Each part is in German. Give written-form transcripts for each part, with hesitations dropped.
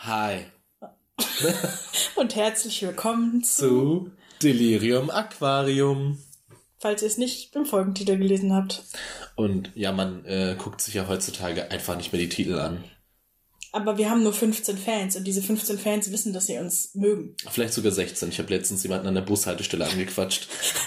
Hi. Und herzlich willkommen zu Delirium Aquarium. Falls ihr es nicht im Folgentitel gelesen habt. Und ja, man guckt sich ja heutzutage einfach nicht mehr die Titel an. Aber wir haben nur 15 Fans und diese 15 Fans wissen, dass sie uns mögen. Vielleicht sogar 16. Ich habe letztens jemanden an der Bushaltestelle angequatscht.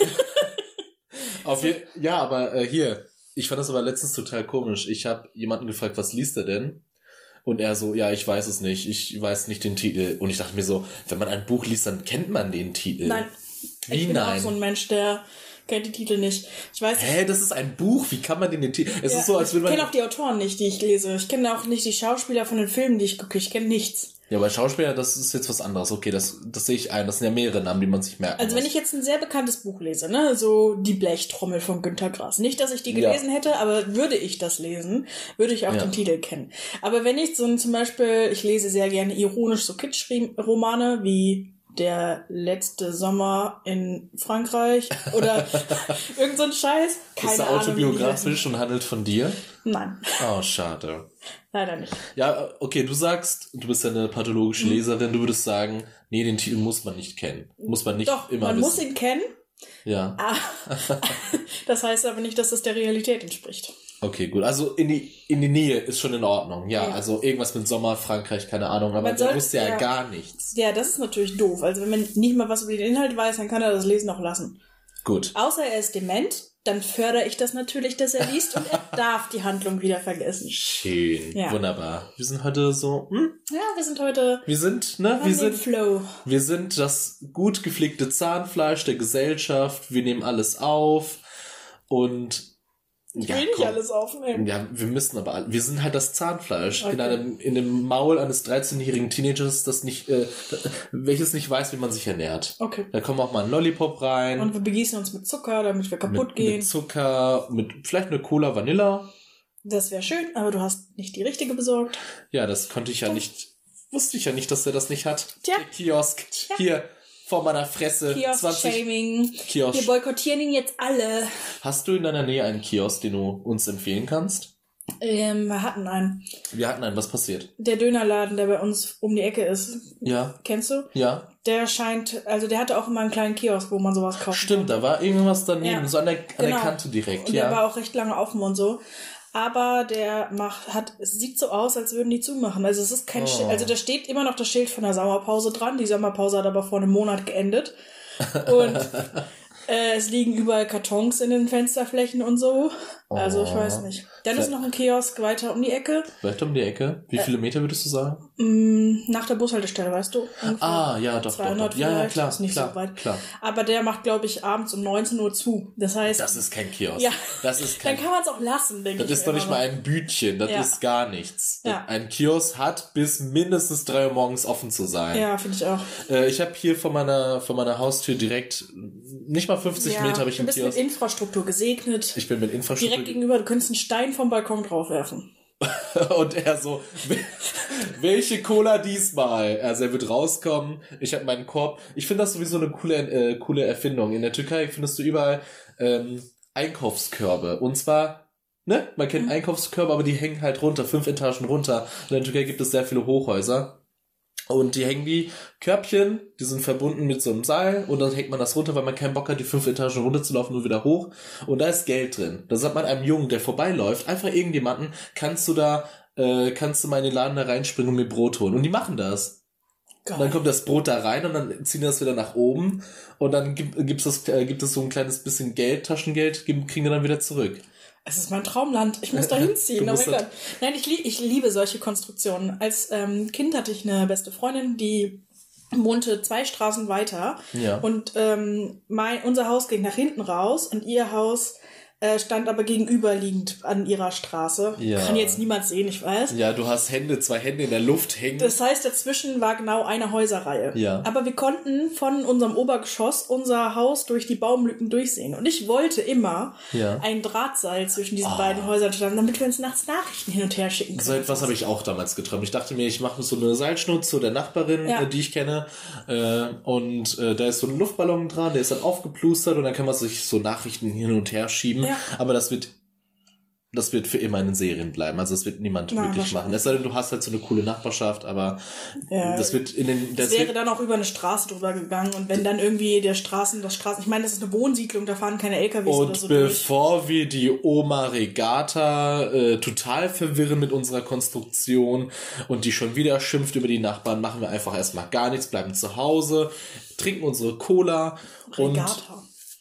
Ja, aber hier, ich fand das aber letztens total komisch. Ich habe jemanden gefragt, was liest er denn? Und er so, ja, ich weiß es nicht. Ich weiß nicht den Titel. Und ich dachte mir so, wenn man ein Buch liest, dann kennt man den Titel. Nein. Wie ich bin nein? auch so ein Mensch, der kennt die Titel nicht. Ich weiß nicht. Das ist ein Buch. Wie kann man den Titel... Es ist so, als würde man... Ich kenne auch die Autoren nicht, die ich lese. Ich kenne auch nicht die Schauspieler von den Filmen, die ich gucke. Ich kenne nichts. Ja, bei Schauspieler, das ist jetzt was anderes. Okay, das sehe ich ein. Das sind ja mehrere Namen, die man sich merken Also muss. wenn ich jetzt ein sehr bekanntes Buch lese, ne, so Die Blechtrommel von Günter Grass. Nicht, dass ich die gelesen hätte, aber würde ich das lesen, würde ich auch den Titel kennen. Aber wenn ich so zum Beispiel, ich lese sehr gerne ironisch so Kitsch-Romane wie Der letzte Sommer in Frankreich oder irgend so ein Scheiß. Keine ist er Ahnung, autobiografisch und handelt von dir? Nein. Oh, schade. Leider nicht. Ja, okay, du sagst, du bist ja eine pathologische Leserin, du würdest sagen, nee, den Titel muss man nicht kennen. Muss man nicht Doch, immer man wissen. muss ihn kennen. Ja. Das heißt aber nicht, dass das der Realität entspricht. Okay, gut. Also in die Nähe ist schon in Ordnung. Ja, also irgendwas mit Sommer, Frankreich, keine Ahnung, aber der wusste ja gar nichts. Ja, das ist natürlich doof. Also wenn man nicht mal was über den Inhalt weiß, dann kann er das Lesen auch lassen. Gut. Außer er ist dement, dann fördere ich das natürlich, dass er liest und er darf die Handlung wieder vergessen. Schön. Ja. Wunderbar. Wir sind heute so, Ja, wir sind heute... Wir sind Flow. Wir sind das gut gepflegte Zahnfleisch der Gesellschaft. Wir nehmen alles auf und ich will nicht alles aufnehmen. Ja, wir müssen aber, wir sind halt das Zahnfleisch Okay. in dem Maul eines 13-jährigen Teenagers, welches nicht weiß, wie man sich ernährt. Okay. Da kommt auch mal ein Lollipop rein. Und wir begießen uns mit Zucker, damit wir kaputt gehen. Mit Zucker, mit vielleicht eine Cola Vanilla. Das wäre schön, aber du hast nicht die richtige besorgt. Ja, das konnte ich ja nicht, wusste ich ja nicht, dass er das nicht hat. Tja. Der Kiosk, hier vor meiner Fresse. Kiosk-Shaming. Kiosk. Wir boykottieren ihn jetzt alle. Hast du in deiner Nähe einen Kiosk, den du uns empfehlen kannst? Wir hatten einen. Wir hatten einen, was passiert? Der Dönerladen, der bei uns um die Ecke ist. Ja. Kennst du? Ja. Der hatte auch immer einen kleinen Kiosk, wo man sowas kaufen Stimmt, kann. da war irgendwas daneben, Ja. so an der Kante direkt, Und der war auch recht lange offen und so. Aber es sieht so aus, als würden die zumachen. Also es ist kein Schild, also da steht immer noch das Schild von der Sommerpause dran. Die Sommerpause hat aber vor einem Monat geendet. Und es liegen überall Kartons in den Fensterflächen und so. Also ich weiß nicht. Dann ist noch ein Kiosk weiter um die Ecke. Weiter um die Ecke? Wie viele Meter würdest du sagen? Nach der Bushaltestelle, weißt du? Ungefähr Ja, doch. 200 Ja, vielleicht, klar, ist nicht klar, so weit. klar. Aber der macht, glaube ich, abends um 19 Uhr zu. Das heißt... Das ist kein Kiosk. Ja, Das ist kein, dann kann man es auch lassen, denke ich. das ist doch nicht mal ein Bütchen, das ist gar nichts. Ja. Ein Kiosk hat bis mindestens 3 Uhr morgens offen zu sein. Ja, finde ich auch. Ich habe hier vor meiner Haustür direkt, nicht mal 50 Meter habe ich einen Du bist Kiosk. mit Infrastruktur gesegnet. Ich bin mit Infrastruktur. Direkt gegenüber, du könntest einen Stein vom Balkon draufwerfen. Und er so, welche Cola diesmal? Also er wird rauskommen, ich habe meinen Korb. Ich finde das sowieso eine coole Erfindung. In der Türkei findest du überall Einkaufskörbe. Und zwar, ne, man kennt Einkaufskörbe, aber die hängen halt runter, 5 Etagen runter. Und in der Türkei gibt es sehr viele Hochhäuser. Und die hängen die Körbchen, die sind verbunden mit so einem Seil und dann hängt man das runter, weil man keinen Bock hat, die 5 Etagen runterzulaufen, nur wieder hoch. Und da ist Geld drin. Da sagt man einem Jungen, der vorbeiläuft, einfach irgendjemanden, kannst du mal in den Laden da reinspringen und mir Brot holen. Und die machen das. Geil. Und dann kommt das Brot da rein und dann ziehen die das wieder nach oben und dann gibt es so ein kleines bisschen Geld, Taschengeld, kriegen die dann wieder zurück. Es ist mein Traumland. Ich muss da hinziehen. Oh mein Gott. Nein, ich liebe solche Konstruktionen. Als Kind hatte ich eine beste Freundin, die wohnte 2 Straßen weiter. Ja. Und unser Haus ging nach hinten raus und ihr Haus stand aber gegenüberliegend an ihrer Straße. Ja. Kann jetzt niemand sehen, ich weiß. Ja, du hast 2 Hände in der Luft hängen. Das heißt, dazwischen war genau eine Häuserreihe. Ja. Aber wir konnten von unserem Obergeschoss unser Haus durch die Baumlücken durchsehen. Und ich wollte immer ein Drahtseil zwischen diesen beiden Häusern stellen, damit wir uns nachts Nachrichten hin und her schicken können. So etwas habe ich auch damals geträumt. Ich dachte mir, ich mache so eine Seilschnur zu der Nachbarin, die ich kenne. Und da ist so ein Luftballon dran, der ist dann aufgeplustert und dann kann man sich so Nachrichten hin und her schieben. Ja. Aber das wird das wird für immer in den Serien bleiben. Also das wird niemand wirklich machen. Es sei denn, du hast halt so eine coole Nachbarschaft, aber das wird in den... Das wäre dann auch über eine Straße drüber gegangen und wenn dann irgendwie ich meine, das ist eine Wohnsiedlung, da fahren keine LKWs oder so durch. Und bevor wir die Oma Regatta total verwirren mit unserer Konstruktion und die schon wieder schimpft über die Nachbarn, machen wir einfach erstmal gar nichts, bleiben zu Hause, trinken unsere Cola Regatta.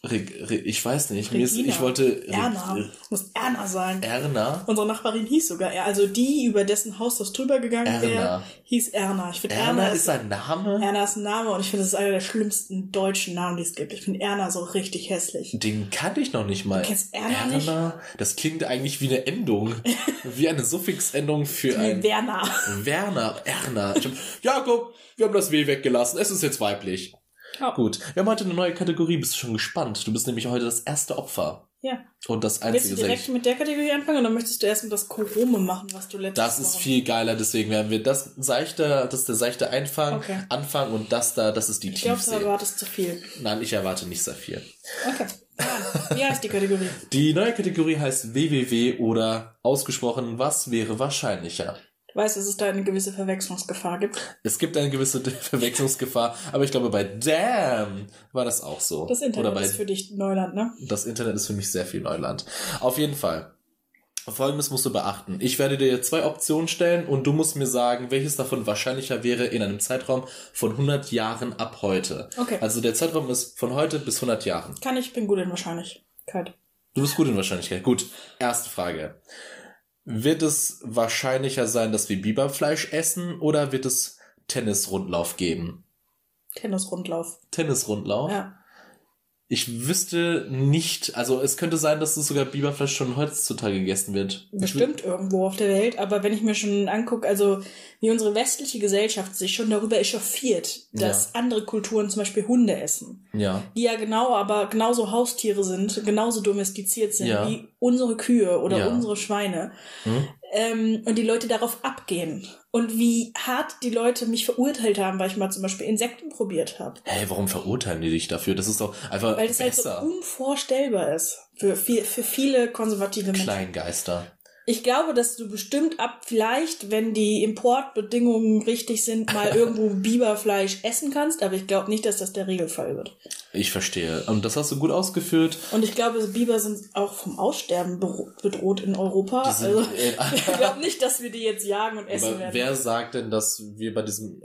Ich weiß nicht. Ich wollte... Erna. Muss Erna sein. Erna? Unsere Nachbarin hieß sogar also die, über dessen Haus das drüber gegangen wäre, hieß Erna. Ich finde Erna ist ein Name? Erna ist ein Name und ich finde, das ist einer der schlimmsten deutschen Namen, die es gibt. Ich finde Erna so richtig hässlich. Den kannte ich noch nicht mal. Du kennst Erna nicht? Das klingt eigentlich wie eine Endung. Wie eine Suffixendung für ein... Werner. Erna. Jakob, wir haben das W weggelassen. Es ist jetzt weiblich. Oh. Gut, wir haben heute eine neue Kategorie. Bist du schon gespannt? Du bist nämlich heute das erste Opfer. Ja. Und das einzige. Willst du direkt mit der Kategorie anfangen oder möchtest du erst mit das Korome machen, was du letztes Mal... Das ist viel geiler, deswegen werden wir das ist der seichte Anfang und das ist die Tiefsee. Ich glaube, du erwartest zu viel. Nein, ich erwarte nicht sehr viel. Okay. Ja. Wie heißt die Kategorie? Die neue Kategorie heißt WWW oder ausgesprochen, was wäre wahrscheinlicher? Du weißt, dass es da eine gewisse Verwechslungsgefahr gibt. Es gibt eine gewisse Verwechslungsgefahr, aber ich glaube, bei Damn war das auch so. Das Internet ist für dich Neuland, ne? Das Internet ist für mich sehr viel Neuland. Auf jeden Fall. Folgendes musst du beachten. Ich werde dir 2 Optionen stellen und du musst mir sagen, welches davon wahrscheinlicher wäre in einem Zeitraum von 100 Jahren ab heute. Okay. Also der Zeitraum ist von heute bis 100 Jahren. Ich bin gut in Wahrscheinlichkeit. Du bist gut in Wahrscheinlichkeit. Gut. Erste Frage. Wird es wahrscheinlicher sein, dass wir Biberfleisch essen oder wird es Tennisrundlauf geben? Tennisrundlauf. Ja. Ich wüsste nicht, also es könnte sein, dass es sogar Biberfleisch schon heutzutage gegessen wird. Bestimmt irgendwo auf der Welt, aber wenn ich mir schon angucke, also wie unsere westliche Gesellschaft sich schon darüber echauffiert, dass andere Kulturen zum Beispiel Hunde essen, die ja genauso Haustiere sind, genauso domestiziert sind wie unsere Kühe oder unsere Schweine, und die Leute darauf abgehen. Und wie hart die Leute mich verurteilt haben, weil ich mal zum Beispiel Insekten probiert habe. Hey, warum verurteilen die dich dafür? Das ist doch einfach weil das besser. Halt so unvorstellbar ist für viele konservative Menschen. Kleingeister. Ich glaube, dass du bestimmt vielleicht, wenn die Importbedingungen richtig sind, mal irgendwo Biberfleisch essen kannst, aber ich glaube nicht, dass das der Regelfall wird. Ich verstehe. Und das hast du gut ausgeführt. Und ich glaube, Biber sind auch vom Aussterben bedroht in Europa. Also ich glaube nicht, dass wir die jetzt jagen und essen werden. Wer sagt denn, dass wir bei diesem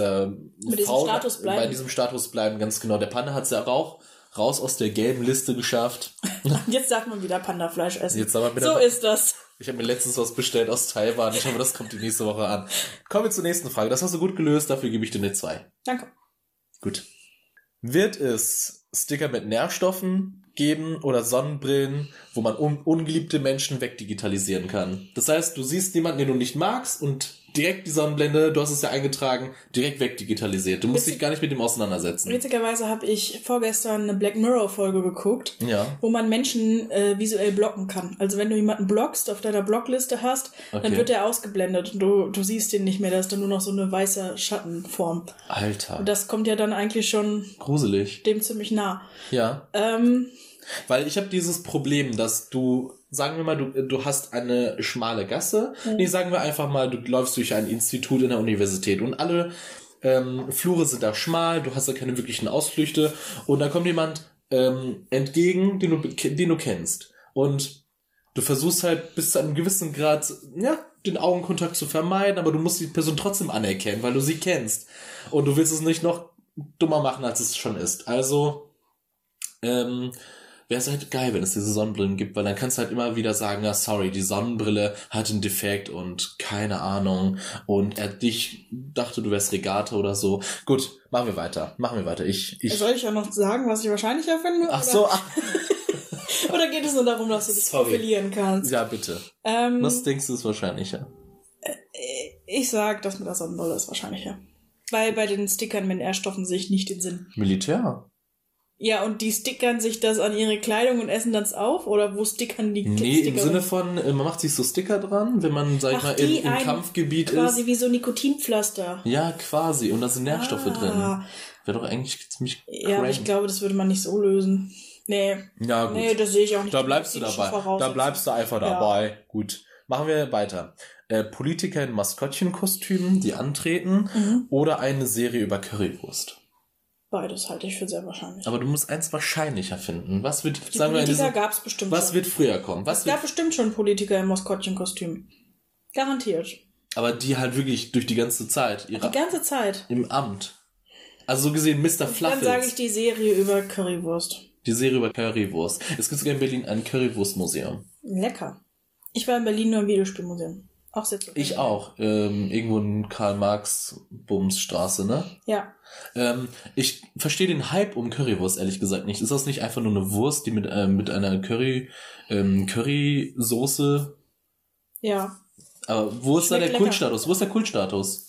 Status bleiben? Ganz genau. Der Panda hat es ja auch raus aus der gelben Liste geschafft. Jetzt darf man wieder Pandafleisch essen. So ist das. Ich habe mir letztens was bestellt aus Taiwan. Ich hoffe, das kommt die nächste Woche an. Kommen wir zur nächsten Frage. Das hast du gut gelöst. Dafür gebe ich dir eine 2. Danke. Gut. Wird es Sticker mit Nährstoffen geben oder Sonnenbrillen, wo man ungeliebte Menschen wegdigitalisieren kann? Das heißt, du siehst jemanden, den du nicht magst und direkt die Sonnenblende, du hast es ja eingetragen, direkt wegdigitalisiert. Du musst dich gar nicht mit dem auseinandersetzen. Witzigerweise habe ich vorgestern eine Black Mirror-Folge geguckt, wo man Menschen visuell blocken kann. Also wenn du jemanden blockst, auf deiner Blockliste hast, dann wird der ausgeblendet und du siehst den nicht mehr, da ist dann nur noch so eine weiße Schattenform. Alter. Und das kommt ja dann eigentlich schon gruselig. Dem ziemlich nah. Ja. Weil ich habe dieses Problem, dass sagen wir mal, du hast eine schmale Gasse. Nee, sagen wir einfach mal, du läufst durch ein Institut in der Universität und alle Flure sind da schmal, du hast da keine wirklichen Ausflüchte und da kommt jemand entgegen, den du kennst. Und du versuchst halt bis zu einem gewissen Grad, den Augenkontakt zu vermeiden, aber du musst die Person trotzdem anerkennen, weil du sie kennst. Und du willst es nicht noch dummer machen, als es schon ist. Also, wäre es halt geil, wenn es diese Sonnenbrillen gibt, weil dann kannst du halt immer wieder sagen, sorry, die Sonnenbrille hat einen Defekt und keine Ahnung und ich dachte, du wärst Regatta oder so. Gut, machen wir weiter. Soll ich auch noch sagen, was ich wahrscheinlicher finde? Ach so. Oder geht es nur darum, dass du dich profilieren kannst? Ja, bitte. Was denkst du ist wahrscheinlicher? Ich sag, das mit der Sonnenbrille ist wahrscheinlicher. Weil bei den Stickern mit Nährstoffen sehe ich nicht den Sinn. Militär? Ja, und die stickern sich das an ihre Kleidung und essen das auf? Oder wo stickern die Sticker? Nee, im Sinne von, man macht sich so Sticker dran, wenn man, sag ich mal, im Kampfgebiet ist. Quasi wie so Nikotinpflaster. Ja, quasi. Und da sind Nährstoffe drin. Wäre doch eigentlich ziemlich crank. Ja, aber ich glaube, das würde man nicht so lösen. Nee. Ja, gut. Nee, das sehe ich auch nicht. Da bleibst du dabei. Da bleibst du einfach dabei. Gut. Machen wir weiter. Politiker in Maskottchenkostümen, die antreten, oder eine Serie über Currywurst. Beides halte ich für sehr wahrscheinlich. Aber du musst eins wahrscheinlicher finden. Was wird, die Politiker gab es bestimmt was schon. wird früher kommen? Es gab bestimmt schon Politiker in Maskottchenkostümen. Garantiert. Aber die halt wirklich durch die ganze Zeit. Die ganze Zeit. Im Amt. Also so gesehen Mr. Fluffles. Dann sage ich die Serie über Currywurst. Die Serie über Currywurst. Es gibt sogar in Berlin ein Currywurstmuseum. Lecker. Ich war in Berlin nur im Videospielmuseum. Auch sehr zufrieden. Ich auch. Irgendwo in Karl-Marx-Bumsstraße, ne? Ja. Ich verstehe den Hype um Currywurst ehrlich gesagt nicht. Ist das nicht einfach nur eine Wurst, die mit einer Currysoße... Ja. Aber wo ist da der Kultstatus? Wo ist der Kultstatus?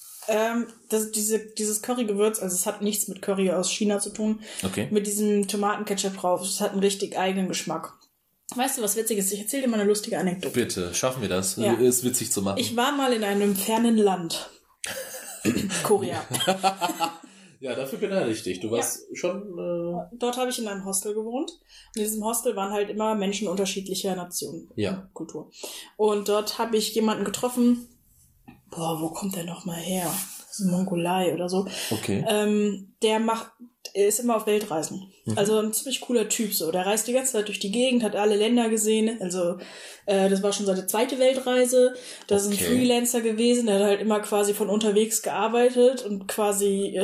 Dieses Currygewürz, also es hat nichts mit Curry aus China zu tun. Okay. Mit diesem Tomatenketchup drauf. Es hat einen richtig eigenen Geschmack. Weißt du, was witzig ist? Ich erzähle dir mal eine lustige Anekdote. Bitte, schaffen wir das. Ja. Ist witzig zu machen. Ich war mal in einem fernen Land. Korea. Ja, dafür beneide ich dich. Du warst schon... Dort habe ich in einem Hostel gewohnt. Und in diesem Hostel waren halt immer Menschen unterschiedlicher Nationen. Ja. Kultur. Und dort habe ich jemanden getroffen. Boah, wo kommt der nochmal her? Das ist Mongolei oder so. Okay. Er ist immer auf Weltreisen. Also ein ziemlich cooler Typ so. Der reist die ganze Zeit durch die Gegend, hat alle Länder gesehen. Also das war schon seine zweite Weltreise. Das ist ein Freelancer gewesen. Der hat halt immer quasi von unterwegs gearbeitet und quasi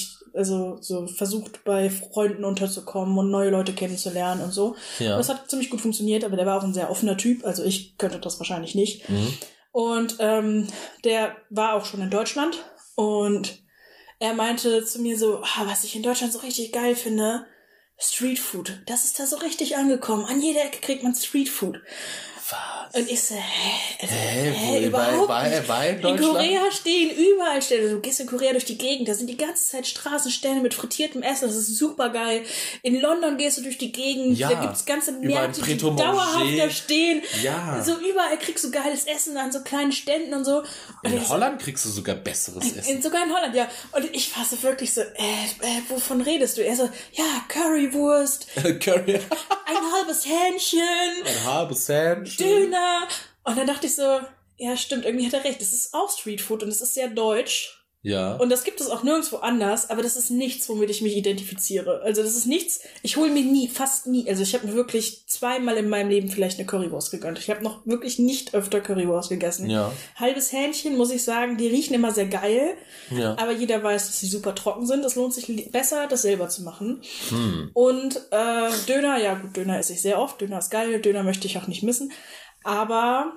so versucht, bei Freunden unterzukommen und neue Leute kennenzulernen und so. Ja. Und das hat ziemlich gut funktioniert, aber der war auch ein sehr offener Typ. Also ich könnte das wahrscheinlich nicht. Und der war auch schon in Deutschland und er meinte zu mir so, was ich in Deutschland so richtig geil finde, Streetfood. Das ist da so richtig angekommen. An jeder Ecke kriegt man Streetfood. Was? Und ich so, Überhaupt nicht. In Korea stehen überall Stände. Du gehst in Korea durch die Gegend, da sind die ganze Zeit Straßenstände mit frittiertem Essen. Das ist super geil. In London gehst du durch die Gegend, da gibt's ganze Märkte, die dauerhaft da stehen. Ja. So überall kriegst du geiles Essen an so kleinen Ständen und so. Und in Holland kriegst du sogar besseres Essen. Sogar in Holland, ja. Und ich war so wirklich so, wovon redest du? Er so, ja, Currywurst. Curry. Ein halbes Hähnchen. Ein halbes Hähnchen. Döner. Und dann dachte ich so, ja, stimmt, irgendwie hat er recht. Das ist auch Streetfood und es ist sehr deutsch. Ja. Und das gibt es auch nirgendwo anders, aber das ist nichts, womit ich mich identifiziere. Also das ist nichts, ich hole mir fast nie, also ich habe mir wirklich 2-mal in meinem Leben vielleicht eine Currywurst gegönnt. Ich habe noch wirklich nicht öfter Currywurst gegessen. Ja. Halbes Hähnchen, muss ich sagen, die riechen immer sehr geil, aber jeder weiß, dass sie super trocken sind. Es lohnt sich besser, das selber zu machen. Und Döner, ja gut, Döner esse ich sehr oft. Döner ist geil, Döner möchte ich auch nicht missen. Aber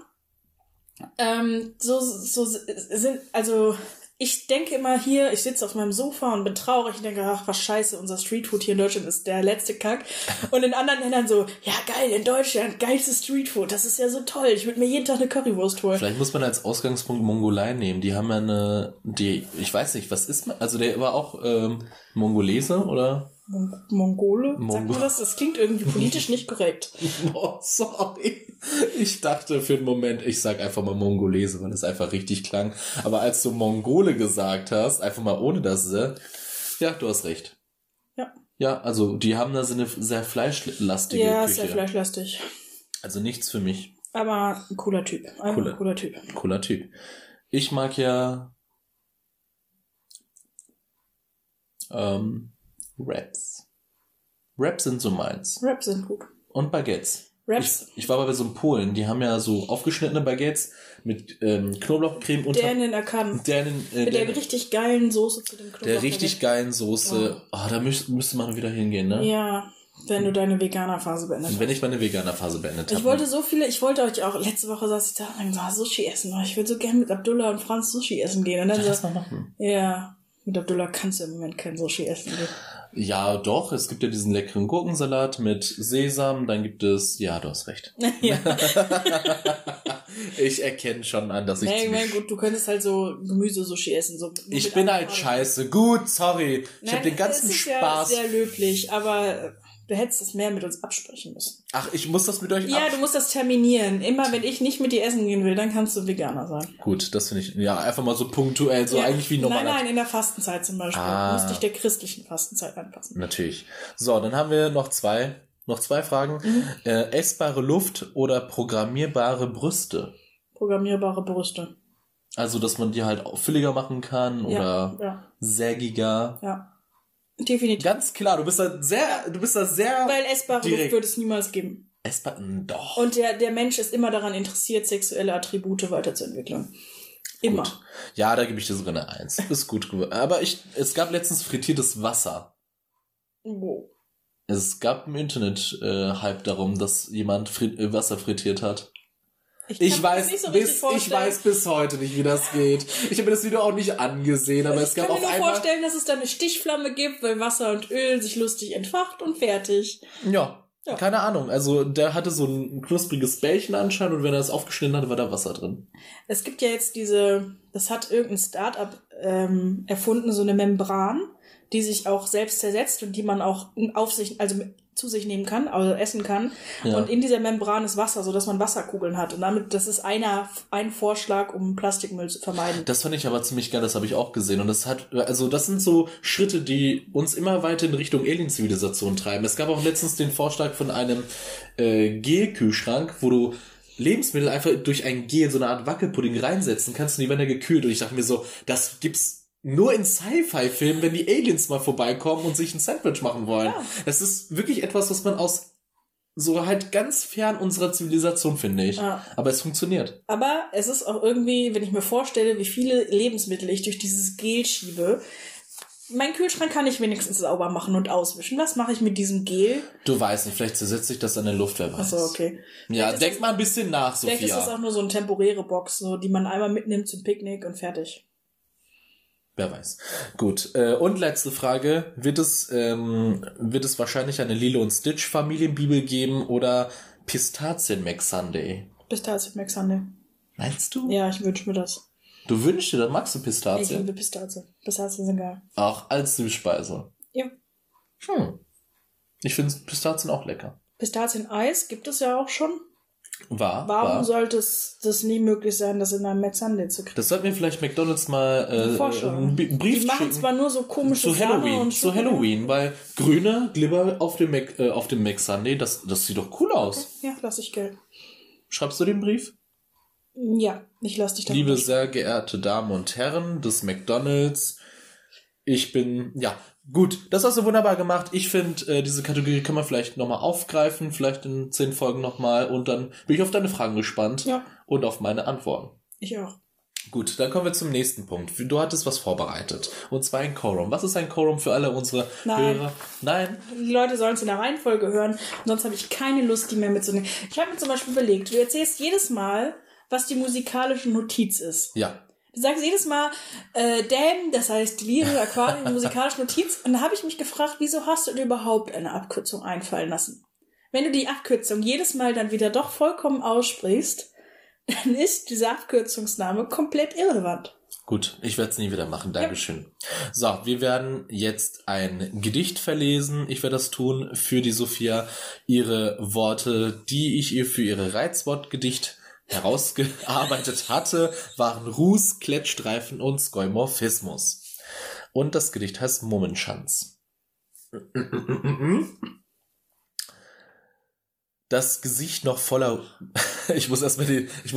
ich denke immer hier, ich sitze auf meinem Sofa und bin traurig. Ich denke, ach, was scheiße, unser Streetfood hier in Deutschland ist der letzte Kack. Und in anderen Ländern so, ja geil, in Deutschland, geilstes Streetfood, das ist ja so toll. Ich würde mir jeden Tag eine Currywurst holen. Vielleicht muss man als Ausgangspunkt Mongolei nehmen. Die haben ja ich weiß nicht, was ist man? Also der war auch Mongolese, oder? Mongole? Sagt man das? Das klingt irgendwie politisch nicht korrekt. Oh, sorry. Ich dachte für einen Moment, ich sag einfach mal Mongolese, weil es einfach richtig klang. Aber als du Mongole gesagt hast, einfach mal ohne das, ja, du hast recht. Ja. Ja, also die haben da so eine sehr fleischlastige Küche. Ja, sehr fleischlastig. Also nichts für mich. Aber ein cooler Typ. Cooler Typ. Cooler Typ. Ich mag ja Wraps. Wraps sind so meins. Wraps sind gut. Und Baguettes. Wraps. Ich war bei so einem Polen, die haben ja so aufgeschnittene Baguettes mit Knoblauchcreme und Dänen erkannt. Mit der richtig geilen Soße zu dem Knoblauch. Der richtig geilen Soße. Da müsste man wieder hingehen, ne? Ja, wenn du deine Veganer-Phase beendet hast. Wenn ich meine Veganer-Phase beendet habe. Ich wollte euch auch, letzte Woche saß ich da und gesagt, Sushi essen. Ich würde so gerne mit Abdullah und Franz Sushi essen gehen. Und dann Lass mal machen. Ja, mit Abdullah kannst du im Moment kein Sushi essen gehen. Ja, doch. Es gibt ja diesen leckeren Gurkensalat mit Sesam. Dann gibt es... Ja, du hast recht. Ja. Ich erkenne schon an, dass ich... Gut, du könntest halt so Gemüse-Sushi essen. So ich bin halt scheiße. Gut, sorry. Ich habe den ganzen Spaß. Ja sehr löblich, aber du hättest das mehr mit uns absprechen müssen. Ach, ich muss das mit euch Ja, du musst das terminieren. Immer, wenn ich nicht mit dir essen gehen will, dann kannst du Veganer sein. Gut, das finde ich... Ja, einfach mal so punktuell, so eigentlich wie normal. Nein, in der Fastenzeit zum Beispiel. Du musst dich der christlichen Fastenzeit anpassen. Natürlich. So, dann haben wir noch 2. Noch 2 Fragen. Essbare Luft oder programmierbare Brüste? Programmierbare Brüste. Also, dass man die halt auch fülliger machen kann oder sägiger. Ja. Definitiv. Ganz klar, du bist da sehr Weil essbare Luft würde es niemals geben. Doch. Und der Mensch ist immer daran interessiert, sexuelle Attribute weiterzuentwickeln. Immer. Gut. Ja, da gebe ich dir sogar eine 1. Ist gut. Aber es gab letztens frittiertes Wasser. Wo? Es gab im Internet Hype darum, dass jemand Wasser frittiert hat. Ich weiß bis heute nicht, wie das geht. Ich habe mir das Video auch nicht angesehen, aber es gab auf einmal... Ich kann mir nur vorstellen, dass es da eine Stichflamme gibt, weil Wasser und Öl sich lustig entfacht und fertig. Ja, keine Ahnung. Also der hatte so ein knuspriges Bällchen anscheinend und wenn er es aufgeschnitten hatte, war da Wasser drin. Es gibt ja jetzt das hat irgendein Start-up erfunden, so eine Membran, die sich auch selbst zersetzt und die man auch zu sich nehmen kann, also essen kann. Ja. Und in dieser Membran ist Wasser, sodass man Wasserkugeln hat. Und das ist ein Vorschlag, um Plastikmüll zu vermeiden. Das fand ich aber ziemlich geil, das habe ich auch gesehen. Und das sind so Schritte, die uns immer weiter in Richtung Alien-Zivilisation treiben. Es gab auch letztens den Vorschlag von einem Gel-Kühlschrank, wo du Lebensmittel einfach durch ein Gel, so eine Art Wackelpudding reinsetzen kannst und die werden dann gekühlt. Und ich dachte mir so, das gibt's nur in Sci-Fi-Filmen, wenn die Aliens mal vorbeikommen und sich ein Sandwich machen wollen. Ja. Das ist wirklich etwas, was man aus so halt ganz fern unserer Zivilisation, finde ich. Ja. Aber es funktioniert. Aber es ist auch irgendwie, wenn ich mir vorstelle, wie viele Lebensmittel ich durch dieses Gel schiebe. Mein Kühlschrank kann ich wenigstens sauber machen und auswischen. Was mache ich mit diesem Gel? Du weißt nicht, vielleicht zersetzt sich das an der Luft, wer weiß. Achso, okay. Ja, denk mal ein bisschen nach, Sophia. Vielleicht ist das auch nur so eine temporäre Box, so, die man einmal mitnimmt zum Picknick und fertig. Wer weiß. Gut. Und letzte Frage. Wird es wahrscheinlich eine Lilo und Stitch Familienbibel geben oder Pistazien McSunday? Pistazien McSunday. Meinst du? Ja, ich wünsche mir das. Du wünschst dir das? Magst du Pistazien? Ich liebe Pistazien. Pistazien sind geil. Auch als Süßspeise? Ja. Ich finde Pistazien auch lecker. Pistazien-Eis gibt es ja auch schon. Warum sollte es das nie möglich sein, das in einem McSunday zu kriegen? Das sollten wir vielleicht McDonald's mal einen Brief schicken. Die machen zwar nur so komische Sachen zu Halloween, weil grüne Glibber auf dem McSunday, das sieht doch cool aus. Okay. Ja, lass ich Geld. Schreibst du den Brief? Ja, ich lass dich da. Liebe sehr geehrte Damen und Herren des McDonald's, ich bin, gut, das hast du wunderbar gemacht. Ich finde, diese Kategorie kann man vielleicht nochmal aufgreifen, vielleicht in 10 Folgen nochmal und dann bin ich auf deine Fragen gespannt und auf meine Antworten. Ich auch. Gut, dann kommen wir zum nächsten Punkt. Du hattest was vorbereitet und zwar ein Quorum. Was ist ein Quorum für alle unsere Hörer? Nein? Die Leute sollen es in der Reihenfolge hören, sonst habe ich keine Lust, die mehr mitzunehmen. Ich habe mir zum Beispiel überlegt, du erzählst jedes Mal, was die musikalische Notiz ist. Ja. Du sagst jedes Mal Dam, das heißt Delirium, Aquarium, musikalische Notiz. Und da habe ich mich gefragt, wieso hast du dir überhaupt eine Abkürzung einfallen lassen? Wenn du die Abkürzung jedes Mal dann wieder doch vollkommen aussprichst, dann ist dieser Abkürzungsname komplett irrelevant. Gut, ich werde es nie wieder machen. Dankeschön. Ja. So, wir werden jetzt ein Gedicht verlesen. Ich werde das tun für die Sophia. Ihre Worte, die ich ihr für ihre Reizwortgedicht herausgearbeitet hatte, waren Ruß, Klettstreifen und Skoimorphismus. Und das Gedicht heißt Mummenschanz. Das Gesicht noch voller... Ich muss erstmal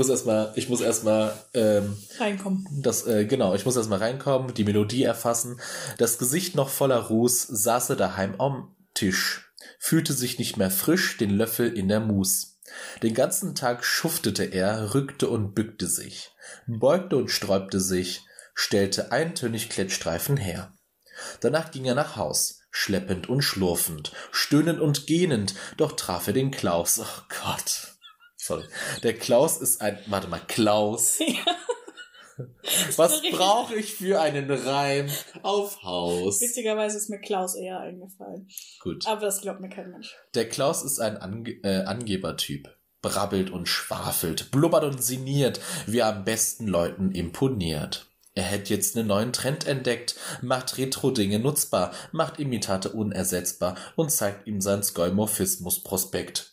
reinkommen. Ich muss erstmal reinkommen, die Melodie erfassen. Das Gesicht noch voller Ruß saß er daheim am Tisch, fühlte sich nicht mehr frisch, den Löffel in der Mus. Den ganzen Tag schuftete er, rückte und bückte sich, beugte und sträubte sich, stellte eintönig Klettstreifen her. Danach ging er nach Haus, schleppend und schlurfend, stöhnend und gähnend, doch traf er den Klaus. Oh Gott. Sorry. Der Klaus ist ein... Warte mal, Klaus. Ja. Was brauche ich für einen Reim auf Haus? Witzigerweise ist mir Klaus eher eingefallen. Gut. Aber das glaubt mir kein Mensch. Der Klaus ist ein Angebertyp. Brabbelt und schwafelt, blubbert und sinniert, wie er am besten Leuten imponiert. Er hätte jetzt einen neuen Trend entdeckt, macht Retro-Dinge nutzbar, macht Imitate unersetzbar und zeigt ihm sein Skoimorphismus-Prospekt.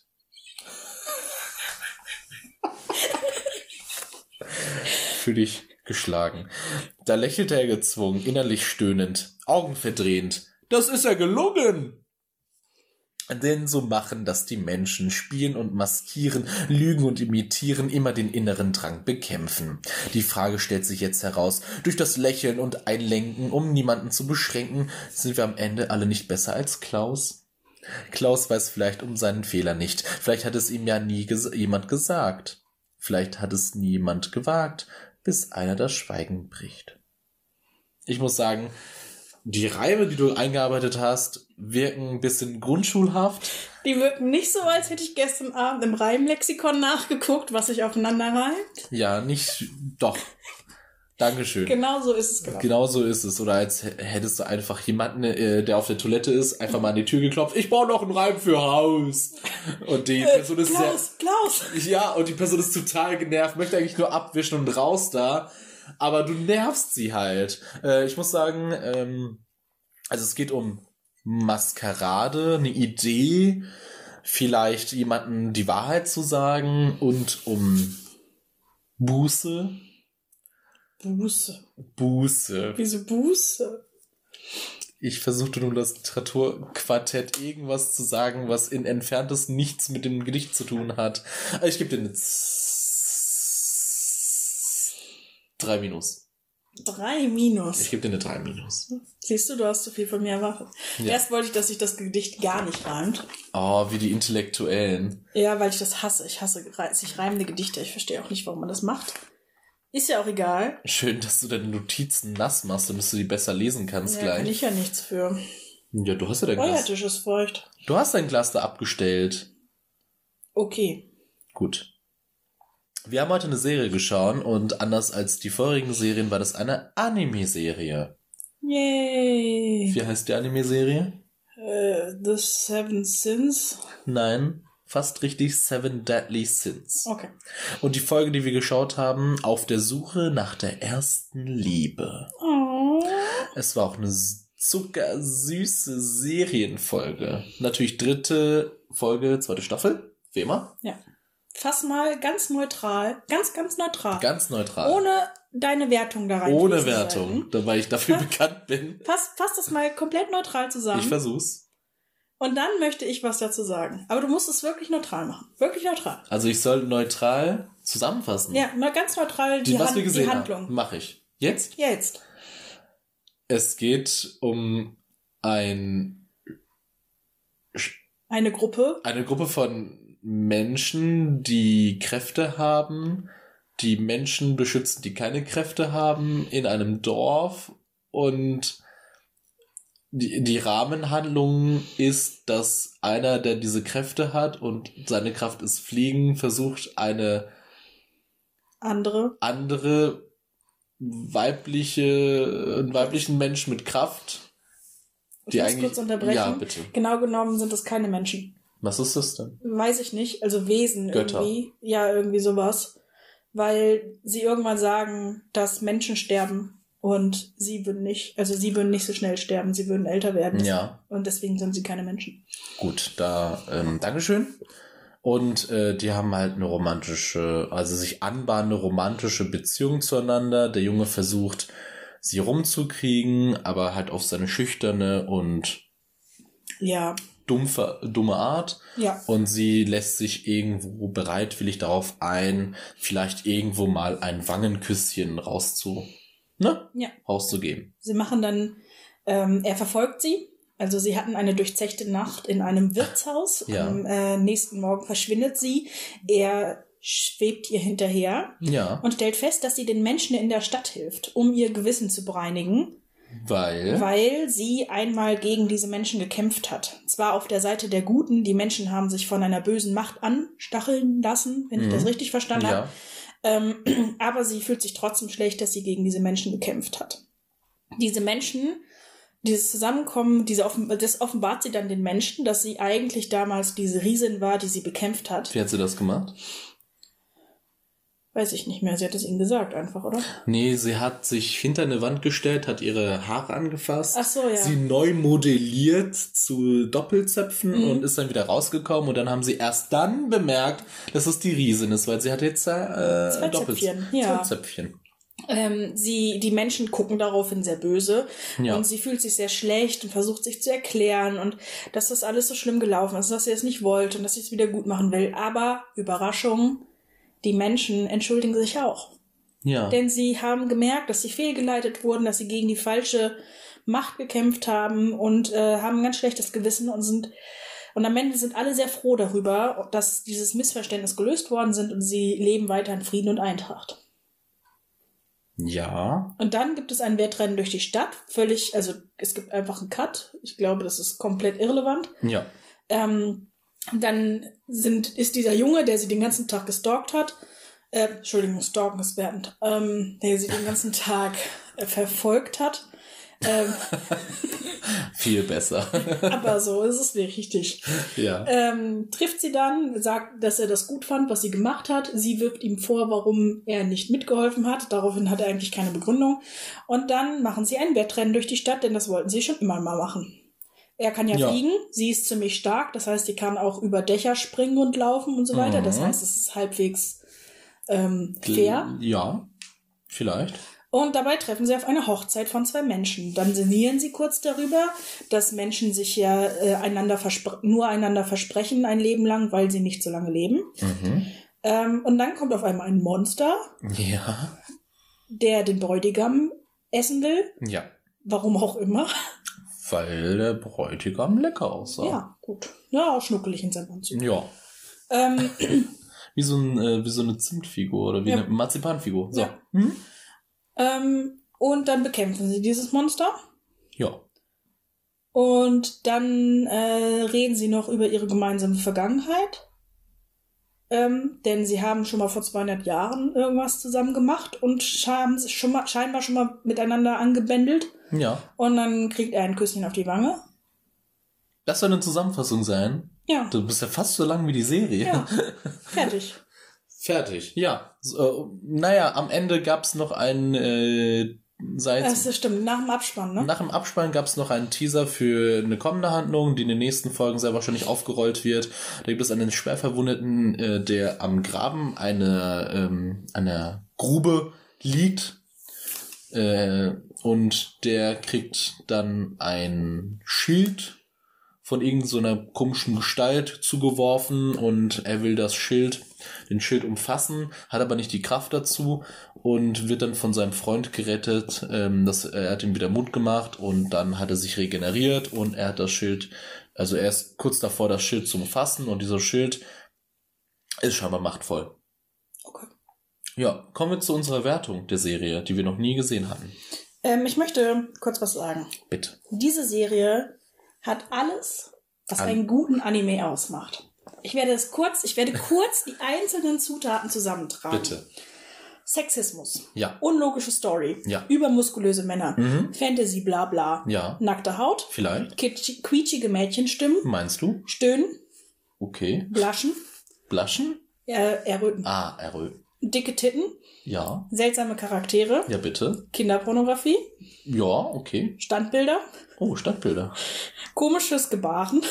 Fühl dich geschlagen. Da lächelte er gezwungen, innerlich stöhnend, Augen verdrehend. Das ist ja gelungen! Denn so machen das die Menschen, spielen und maskieren, lügen und imitieren, immer den inneren Drang bekämpfen. Die Frage stellt sich jetzt heraus, durch das Lächeln und Einlenken, um niemanden zu beschränken, sind wir am Ende alle nicht besser als Klaus? Klaus weiß vielleicht um seinen Fehler nicht, vielleicht hat es ihm ja nie jemand gesagt, vielleicht hat es niemand gewagt, bis einer das Schweigen bricht. Ich muss sagen, die Reime, die du eingearbeitet hast, wirken ein bisschen grundschulhaft. Die wirken nicht so, als hätte ich gestern Abend im Reimlexikon nachgeguckt, was sich aufeinander reimt. Ja, nicht, doch. Dankeschön. Genau so ist es gelaufen. Genau so ist es. Oder als hättest du einfach jemanden, der auf der Toilette ist, einfach mal an die Tür geklopft. Ich brauche noch einen Reim für Haus. Und die Person ist Klaus. Ja, und die Person ist total genervt, möchte eigentlich nur abwischen und raus da. Aber du nervst sie halt. Ich muss sagen, also es geht um Maskerade, eine Idee, vielleicht jemanden die Wahrheit zu sagen und um Buße. Buße. Wieso Buße? Ich versuchte nur das Literaturquartett irgendwas zu sagen, was in Entferntes nichts mit dem Gedicht zu tun hat. Aber ich gebe dir eine 3-. 3-. Ich gebe dir eine 3-. Siehst du hast zu viel von mir erwartet. Ja. Erst wollte ich, dass sich das Gedicht gar nicht reimt. Oh, wie die Intellektuellen. Ja, weil ich das hasse. Ich hasse sich reimende Gedichte. Ich verstehe auch nicht, warum man das macht. Ist ja auch egal. Schön, dass du deine Notizen nass machst, damit du die besser lesen kannst Ja, gleich. kann ich ja nichts für. Ja, du hast ja dein Euer Glas. Tisch ist feucht. Du hast dein Glas da abgestellt. Okay. Gut. Wir haben heute eine Serie geschaut und anders als die vorigen Serien war das eine Anime-Serie. Yay. Wie heißt die Anime-Serie? The Seven Sins. Nein, fast richtig, 7 Deadly Sins. Okay. Und die Folge, die wir geschaut haben, Auf der Suche nach der ersten Liebe. Oh. Es war auch eine zuckersüße Serienfolge. Natürlich 3. Folge, 2. Staffel, wie immer. Ja. Fass mal ganz neutral, ganz neutral. Ganz neutral. Ohne deine Wertung da rein. Ohne Wertung, weil ich dafür bekannt bin. Fass das mal komplett neutral zusammen. Ich versuch's. Und dann möchte ich was dazu sagen. Aber du musst es wirklich neutral machen. Wirklich neutral. Also ich soll neutral zusammenfassen. Ja, mal ganz neutral die Handlung. Mache ich. Jetzt? Jetzt. Es geht um eine Gruppe von Menschen, die Kräfte haben, die Menschen beschützen, die keine Kräfte haben, in einem Dorf, und die Rahmenhandlung ist, dass einer, der diese Kräfte hat und seine Kraft ist Fliegen, versucht einen weiblichen Mensch mit Kraft. Ich muss kurz unterbrechen. Ja, bitte. Genau genommen sind es keine Menschen. Was ist das denn? Weiß ich nicht. Also Wesen Götter. Irgendwie. Ja, irgendwie sowas. Weil sie irgendwann sagen, dass Menschen sterben und sie würden nicht so schnell sterben, sie würden älter werden. Ja. Und deswegen sind sie keine Menschen. Gut, Dankeschön. Und die haben halt eine sich anbahnende romantische Beziehung zueinander. Der Junge versucht, sie rumzukriegen, aber halt auf seine schüchterne und dumme Art. Ja. Und sie lässt sich irgendwo bereitwillig darauf ein, vielleicht irgendwo mal ein Wangenküsschen rauszugeben. Sie machen dann, er verfolgt sie. Also sie hatten eine durchzechte Nacht in einem Wirtshaus. Ja. Am nächsten Morgen verschwindet sie. Er schwebt ihr hinterher und stellt fest, dass sie den Menschen in der Stadt hilft, um ihr Gewissen zu bereinigen. Weil sie einmal gegen diese Menschen gekämpft hat. Zwar auf der Seite der Guten, die Menschen haben sich von einer bösen Macht anstacheln lassen, wenn ich das richtig verstanden habe. Aber sie fühlt sich trotzdem schlecht, dass sie gegen diese Menschen gekämpft hat. Diese Menschen, dieses Zusammenkommen, das offenbart sie dann den Menschen, dass sie eigentlich damals diese Riesin war, die sie bekämpft hat. Wie hat sie das gemacht? Weiß ich nicht mehr. Sie hat es ihnen gesagt einfach, oder? Nee, sie hat sich hinter eine Wand gestellt, hat ihre Haare angefasst. Ach so, ja. Sie neu modelliert zu Doppelzöpfen und ist dann wieder rausgekommen. Und dann haben sie erst dann bemerkt, dass es die Riesin ist, weil sie hat jetzt Zwei Zöpfchen. Ja. 2 Zöpfchen. Die Menschen gucken daraufhin sehr böse und sie fühlt sich sehr schlecht und versucht sich zu erklären und dass das alles so schlimm gelaufen ist, dass sie es nicht wollte und dass sie es wieder gut machen will. Aber Überraschung, die Menschen entschuldigen sich auch. Ja. Denn sie haben gemerkt, dass sie fehlgeleitet wurden, dass sie gegen die falsche Macht gekämpft haben und haben ein ganz schlechtes Gewissen und am Ende sind alle sehr froh darüber, dass dieses Missverständnis gelöst worden sind und sie leben weiter in Frieden und Eintracht. Ja. Und dann gibt es ein Wettrennen durch die Stadt. Es gibt einfach einen Cut. Ich glaube, das ist komplett irrelevant. Ja. Dann ist dieser Junge, der sie den ganzen Tag gestalkt hat, stalken ist wertend, der sie den ganzen Tag verfolgt hat. Viel besser. Aber so ist es nicht richtig. Ja. Trifft sie dann, sagt, dass er das gut fand, was sie gemacht hat. Sie wirft ihm vor, warum er nicht mitgeholfen hat. Daraufhin hat er eigentlich keine Begründung. Und dann machen sie ein Wettrennen durch die Stadt, denn das wollten sie schon immer mal machen. Er kann ja fliegen, sie ist ziemlich stark, das heißt, sie kann auch über Dächer springen und laufen und so weiter. Das heißt, es ist halbwegs fair. Ja, vielleicht. Und dabei treffen sie auf eine Hochzeit von 2 Menschen. Dann sinnieren sie kurz darüber, dass Menschen sich ja nur einander versprechen ein Leben lang, weil sie nicht so lange leben. Und dann kommt auf einmal ein Monster, der den Bräutigam essen will. Ja. Warum auch immer. Weil der Bräutigam lecker aussah. Ja, gut. Ja, schnuckelig in seinem Anzug. Ja. Wie so eine Zimtfigur oder wie eine Marzipanfigur. So. Ja. Und dann bekämpfen sie dieses Monster. Ja. Und dann reden sie noch über ihre gemeinsame Vergangenheit. Denn sie haben schon mal vor 200 Jahren irgendwas zusammen gemacht und haben sich scheinbar schon mal miteinander angebändelt. Ja. Und dann kriegt er ein Küsschen auf die Wange. Das soll eine Zusammenfassung sein? Ja. Du bist ja fast so lang wie die Serie. Ja. Fertig. Fertig, ja. Am Ende gab es noch einen Das stimmt, nach dem Abspann, ne? Nach dem Abspann gab es noch einen Teaser für eine kommende Handlung, die in den nächsten Folgen sehr wahrscheinlich aufgerollt wird. Da gibt es einen Schwerverwundeten, der am Graben einer Grube liegt. Und der kriegt dann ein Schild von irgend so einer komischen Gestalt zugeworfen und er will den Schild umfassen, hat aber nicht die Kraft dazu und wird dann von seinem Freund gerettet. Er hat ihm wieder Mut gemacht und dann hat er sich regeneriert und er hat das Schild, also er ist kurz davor, das Schild zu umfassen und dieser Schild ist scheinbar machtvoll. Okay. Ja, kommen wir zu unserer Wertung der Serie, die wir noch nie gesehen hatten. Ich möchte kurz was sagen. Bitte. Diese Serie hat alles, was einen guten Anime ausmacht. Ich werde kurz die einzelnen Zutaten zusammentragen. Bitte. Sexismus. Ja. Unlogische Story. Ja. Übermuskulöse Männer. Fantasy, bla bla. Ja. Nackte Haut. Vielleicht. Quietschige Mädchenstimmen. Meinst du? Stöhnen. Okay. Blaschen. Blaschen? Erröten. Erröten. Dicke Titten. Ja. Seltsame Charaktere. Ja, bitte. Kinderpornografie. Ja, okay. Standbilder. Oh, Stadtbilder. Komisches Gebaren.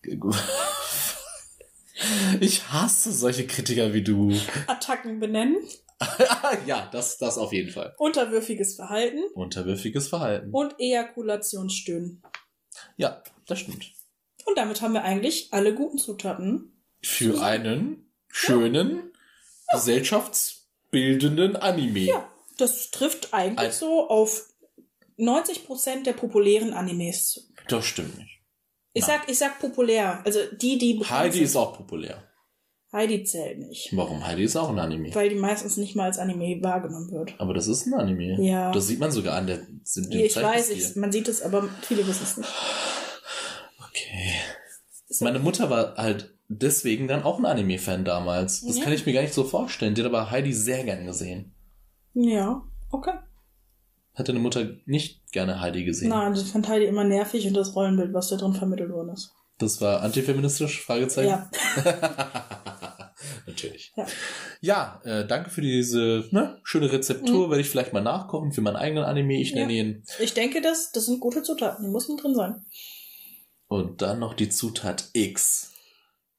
Ich hasse solche Kritiker wie du. Attacken benennen. Ja, das auf jeden Fall. Unterwürfiges Verhalten. Unterwürfiges Verhalten. Und Ejakulationsstöhnen. Ja, das stimmt. Und damit haben wir eigentlich alle guten Zutaten. Für einen schönen, gesellschaftsbildenden Anime. Ja, das trifft eigentlich so auf 90% der populären Animes zu. Das stimmt nicht. Ich sag populär. Also die Heidi ist auch populär. Heidi zählt nicht. Warum? Heidi ist auch ein Anime. Weil die meistens nicht mal als Anime wahrgenommen wird. Aber das ist ein Anime. Ja. Das sieht man sogar an der Ich weiß, man sieht es, aber viele wissen es nicht. Okay. Meine Mutter war halt deswegen dann auch ein Anime-Fan damals. Das kann ich mir gar nicht so vorstellen. Die hat aber Heidi sehr gern gesehen. Ja, okay. Hat deine Mutter nicht gerne Heidi gesehen? Nein, ich fand Heidi immer nervig und das Rollenbild, was da drin vermittelt worden ist. Das war antifeministisch? Fragezeichen? Ja. Natürlich. Ja, danke für diese schöne Rezeptur. Werde ich vielleicht mal nachkochen für meinen eigenen Anime. Ich nenne ihn. Ich denke, das sind gute Zutaten. Die müssen drin sein. Und dann noch die Zutat X.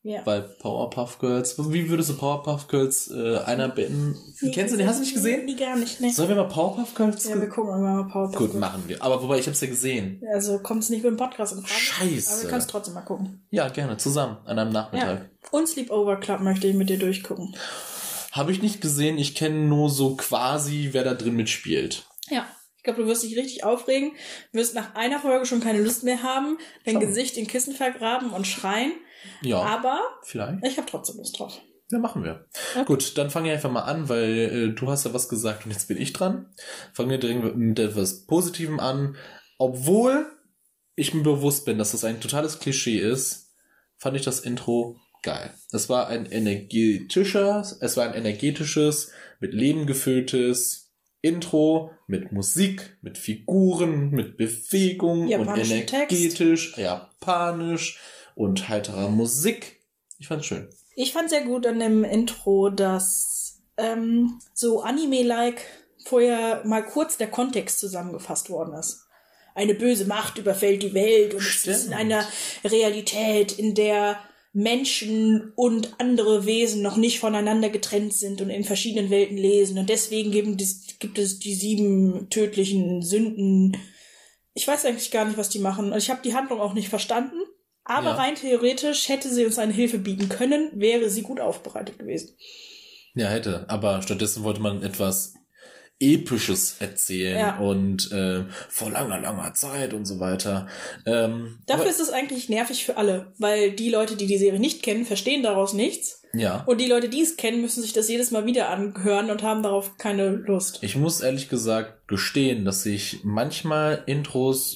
Ja. Weil Powerpuff Girls, wie würdest du Powerpuff Girls einarbeiten? Kennst du den? Hast du nicht gesehen? Nee, gar nicht, ne. Sollen wir mal Powerpuff Girls? Ja, wir gucken mal Powerpuff Gut, Girls. machen wir. Aber wobei, ich hab's ja gesehen. Also kommt es nicht mit dem Podcast in Frage. Scheiße. Aber wir können es trotzdem mal gucken. Ja, gerne, zusammen, an einem Nachmittag. Ja. Und Sleepover Club möchte ich mit dir durchgucken. Habe ich nicht gesehen, ich kenne nur so quasi, wer da drin mitspielt. Ja. Ich glaube, du wirst dich richtig aufregen, wirst nach einer Folge schon keine Lust mehr haben, dein Gesicht in Kissen vergraben und schreien. Ja, aber vielleicht. Ich habe trotzdem Lust drauf. Ja, machen wir. Okay. Gut, dann fange ich einfach mal an, weil du hast ja was gesagt und jetzt bin ich dran. Fangen wir direkt mit etwas Positivem an. Obwohl ich mir bewusst bin, dass das ein totales Klischee ist, fand ich das Intro geil. Es war ein energetisches, mit Leben gefülltes Intro, mit Musik, mit Figuren, mit Bewegung und energetisch, japanisch und heiterer Musik. Ich fand's schön. Ich fand sehr gut an dem Intro, dass so Anime-like vorher mal kurz der Kontext zusammengefasst worden ist. Eine böse Macht überfällt die Welt und es ist in einer Realität, in der Menschen und andere Wesen noch nicht voneinander getrennt sind und in verschiedenen Welten lesen. Und deswegen gibt es die 7 tödlichen Sünden. Ich weiß eigentlich gar nicht, was die machen. Ich habe die Handlung auch nicht verstanden. Aber rein theoretisch hätte sie uns eine Hilfe bieten können, wäre sie gut aufbereitet gewesen. Ja, hätte. Aber stattdessen wollte man etwas Episches erzählen und vor langer Zeit und so weiter. Dafür ist es eigentlich nervig für alle, weil die Leute, die Serie nicht kennen, verstehen daraus nichts. Ja. Und die Leute, die es kennen, müssen sich das jedes Mal wieder anhören und haben darauf keine Lust. Ich muss ehrlich gesagt gestehen, dass ich manchmal Intros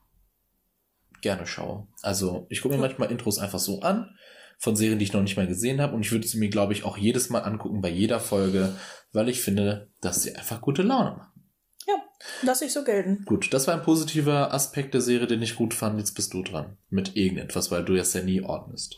gerne schaue. Also ich gucke mir manchmal Intros einfach so an, von Serien, die ich noch nicht mal gesehen habe. Und ich würde sie mir, glaube ich, auch jedes Mal angucken bei jeder Folge, weil ich finde, dass sie einfach gute Laune machen. Ja, lass ich so gelten. Gut, das war ein positiver Aspekt der Serie, den ich gut fand. Jetzt bist du dran. Mit irgendetwas, weil du das ja nie ordnest.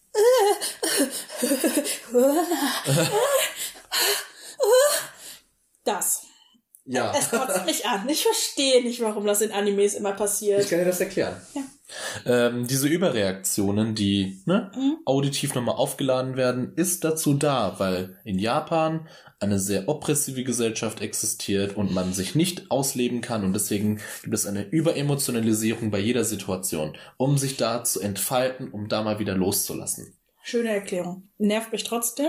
Das. Ja. Es kotzt mich an. Ich verstehe nicht, warum das in Animes immer passiert. Ich kann dir das erklären. Ja. Diese Überreaktionen, die auditiv nochmal aufgeladen werden, ist dazu da, weil in Japan eine sehr oppressive Gesellschaft existiert und man sich nicht ausleben kann und deswegen gibt es eine Überemotionalisierung bei jeder Situation, um sich da zu entfalten, um da mal wieder loszulassen. Schöne Erklärung. Nervt mich trotzdem.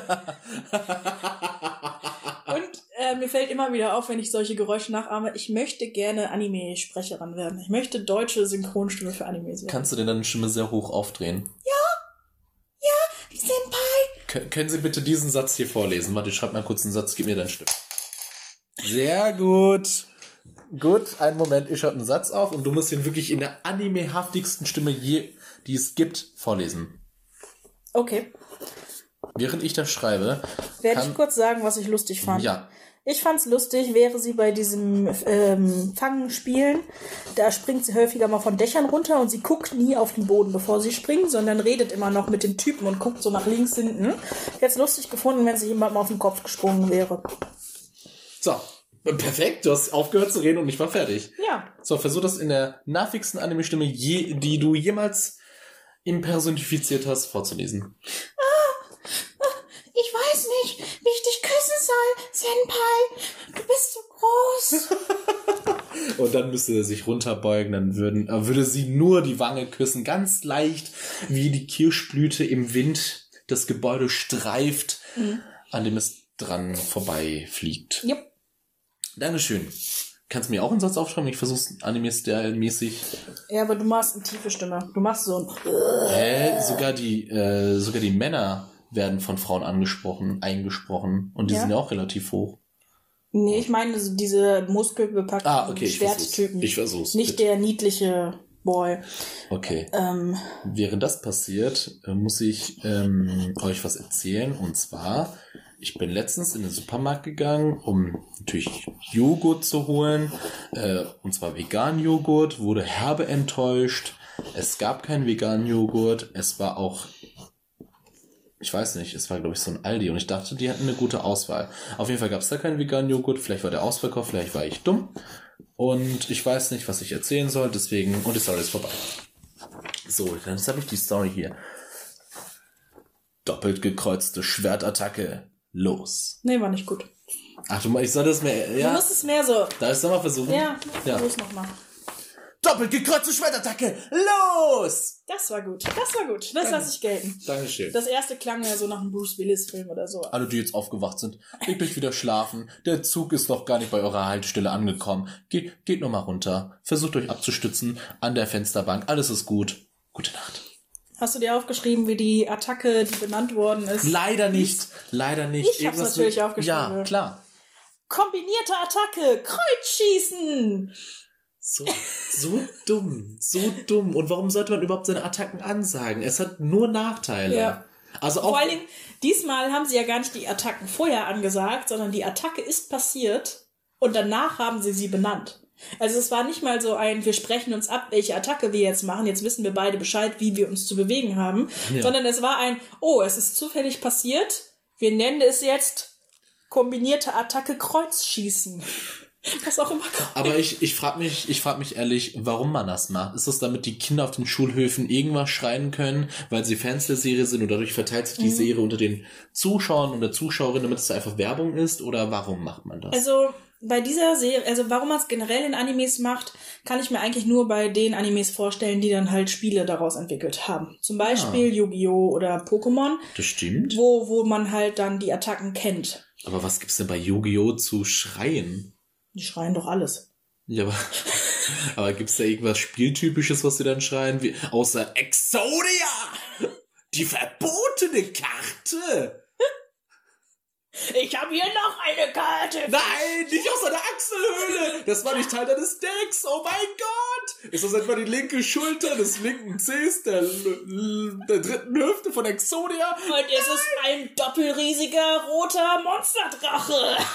Und mir fällt immer wieder auf, wenn ich solche Geräusche nachahme, ich möchte gerne Anime-Sprecherin werden. Ich möchte deutsche Synchronstimme für Animes werden. Kannst du denn deine Stimme sehr hoch aufdrehen? Ja, Senpai. Können Sie bitte diesen Satz hier vorlesen? Warte, ich schreib mal kurz einen Satz, gib mir deine Stimme. Sehr gut. Gut, einen Moment, ich schreibe einen Satz auf und du musst ihn wirklich in der animehaftigsten Stimme, die es gibt, vorlesen. Okay. Während ich das schreibe... Werde ich kurz sagen, was ich lustig fand. Ja. Ich fand's lustig, wäre sie bei diesem Fangen-Spielen, da springt sie häufiger mal von Dächern runter und sie guckt nie auf den Boden, bevor sie springt, sondern redet immer noch mit dem Typen und guckt so nach links hinten. Ich hätte es lustig gefunden, wenn sie jemandem auf den Kopf gesprungen wäre. So, perfekt, du hast aufgehört zu reden und ich war fertig. Ja. So, versuch das in der nervigsten Anime-Stimme, die du jemals impersonifiziert hast, vorzulesen. Ich weiß nicht, wie ich dich küssen soll, Senpai. Du bist so groß. Und dann müsste er sich runterbeugen, dann würde sie nur die Wange küssen, ganz leicht, wie die Kirschblüte im Wind das Gebäude streift, an dem es dran vorbeifliegt. Yep. Dankeschön. Kannst du mir auch einen Satz aufschreiben? Ich versuch's Anime-Style-mäßig. Ja, aber du machst eine tiefe Stimme. Du machst so ein... Sogar die Männer werden von Frauen eingesprochen und die sind ja auch relativ hoch. Nee, ich meine diese muskelbepackten Schwerttypen. Ich versuch's. Nicht bitte. Der niedliche Boy. Okay. Während das passiert, muss ich euch was erzählen. Und zwar, ich bin letztens in den Supermarkt gegangen, um natürlich Joghurt zu holen. Und zwar veganen Joghurt. Wurde herbe enttäuscht. Es gab keinen veganen Joghurt. Es war auch... Ich weiß nicht, es war, glaube ich, so ein Aldi und ich dachte, die hatten eine gute Auswahl. Auf jeden Fall gab es da keinen veganen Joghurt, vielleicht war der ausverkauft, vielleicht war ich dumm und ich weiß nicht, was ich erzählen soll, deswegen, und die Story ist vorbei. So, jetzt habe ich die Story hier. Doppelt gekreuzte Schwertattacke. Los. Nee, war nicht gut. Ach du, ich soll das mehr, ja. Du musst es mehr so. Darf ich es nochmal versuchen? Ja, los nochmal. Doppelt gekreuzte Schwertattacke. Los! Das war gut. Das lasse ich gelten. Dankeschön. Das erste klang ja so nach einem Bruce Willis-Film oder so. Alle, die jetzt aufgewacht sind, legt euch wieder schlafen. Der Zug ist noch gar nicht bei eurer Haltestelle angekommen. Geht noch mal runter. Versucht euch abzustützen an der Fensterbank. Alles ist gut. Gute Nacht. Hast du dir aufgeschrieben, wie die Attacke, die benannt worden ist? Leider nicht. Ich hab's natürlich aufgeschrieben. Ja, klar. Kombinierte Attacke, Kreuzschießen. So dumm. Und warum sollte man überhaupt seine Attacken ansagen? Es hat nur Nachteile. Ja. Also auch vor allen Dingen, diesmal haben sie ja gar nicht die Attacken vorher angesagt, sondern die Attacke ist passiert und danach haben sie benannt. Also es war nicht mal so wir sprechen uns ab, welche Attacke wir jetzt machen, jetzt wissen wir beide Bescheid, wie wir uns zu bewegen haben, sondern es war es ist zufällig passiert, wir nennen es jetzt kombinierte Attacke Kreuzschießen. Was auch immer. Aber ich frag mich ehrlich, warum man das macht. Ist das, damit die Kinder auf den Schulhöfen irgendwas schreien können, weil sie Fans der Serie sind und dadurch verteilt sich die Serie unter den Zuschauern und der Zuschauerin, damit es einfach Werbung ist? Oder warum macht man das? Also bei dieser Serie, also warum man es generell in Animes macht, kann ich mir eigentlich nur bei den Animes vorstellen, die dann halt Spiele daraus entwickelt haben. Zum Beispiel Yu-Gi-Oh! Oder Pokémon. Das stimmt. Wo man halt dann die Attacken kennt. Aber was gibt's denn bei Yu-Gi-Oh! Zu schreien? Die schreien doch alles. Ja, aber gibt's da irgendwas Spieltypisches, was sie dann schreien? Außer Exodia! Die verbotene Karte! Ich habe hier noch eine Karte. Nein, nicht aus seiner Achselhöhle. Das war nicht Teil deines Decks. Oh mein Gott. Ist das etwa die linke Schulter des linken Zehs der dritten Hüfte von Exodia? Und es ist ein doppelriesiger roter Monsterdrache.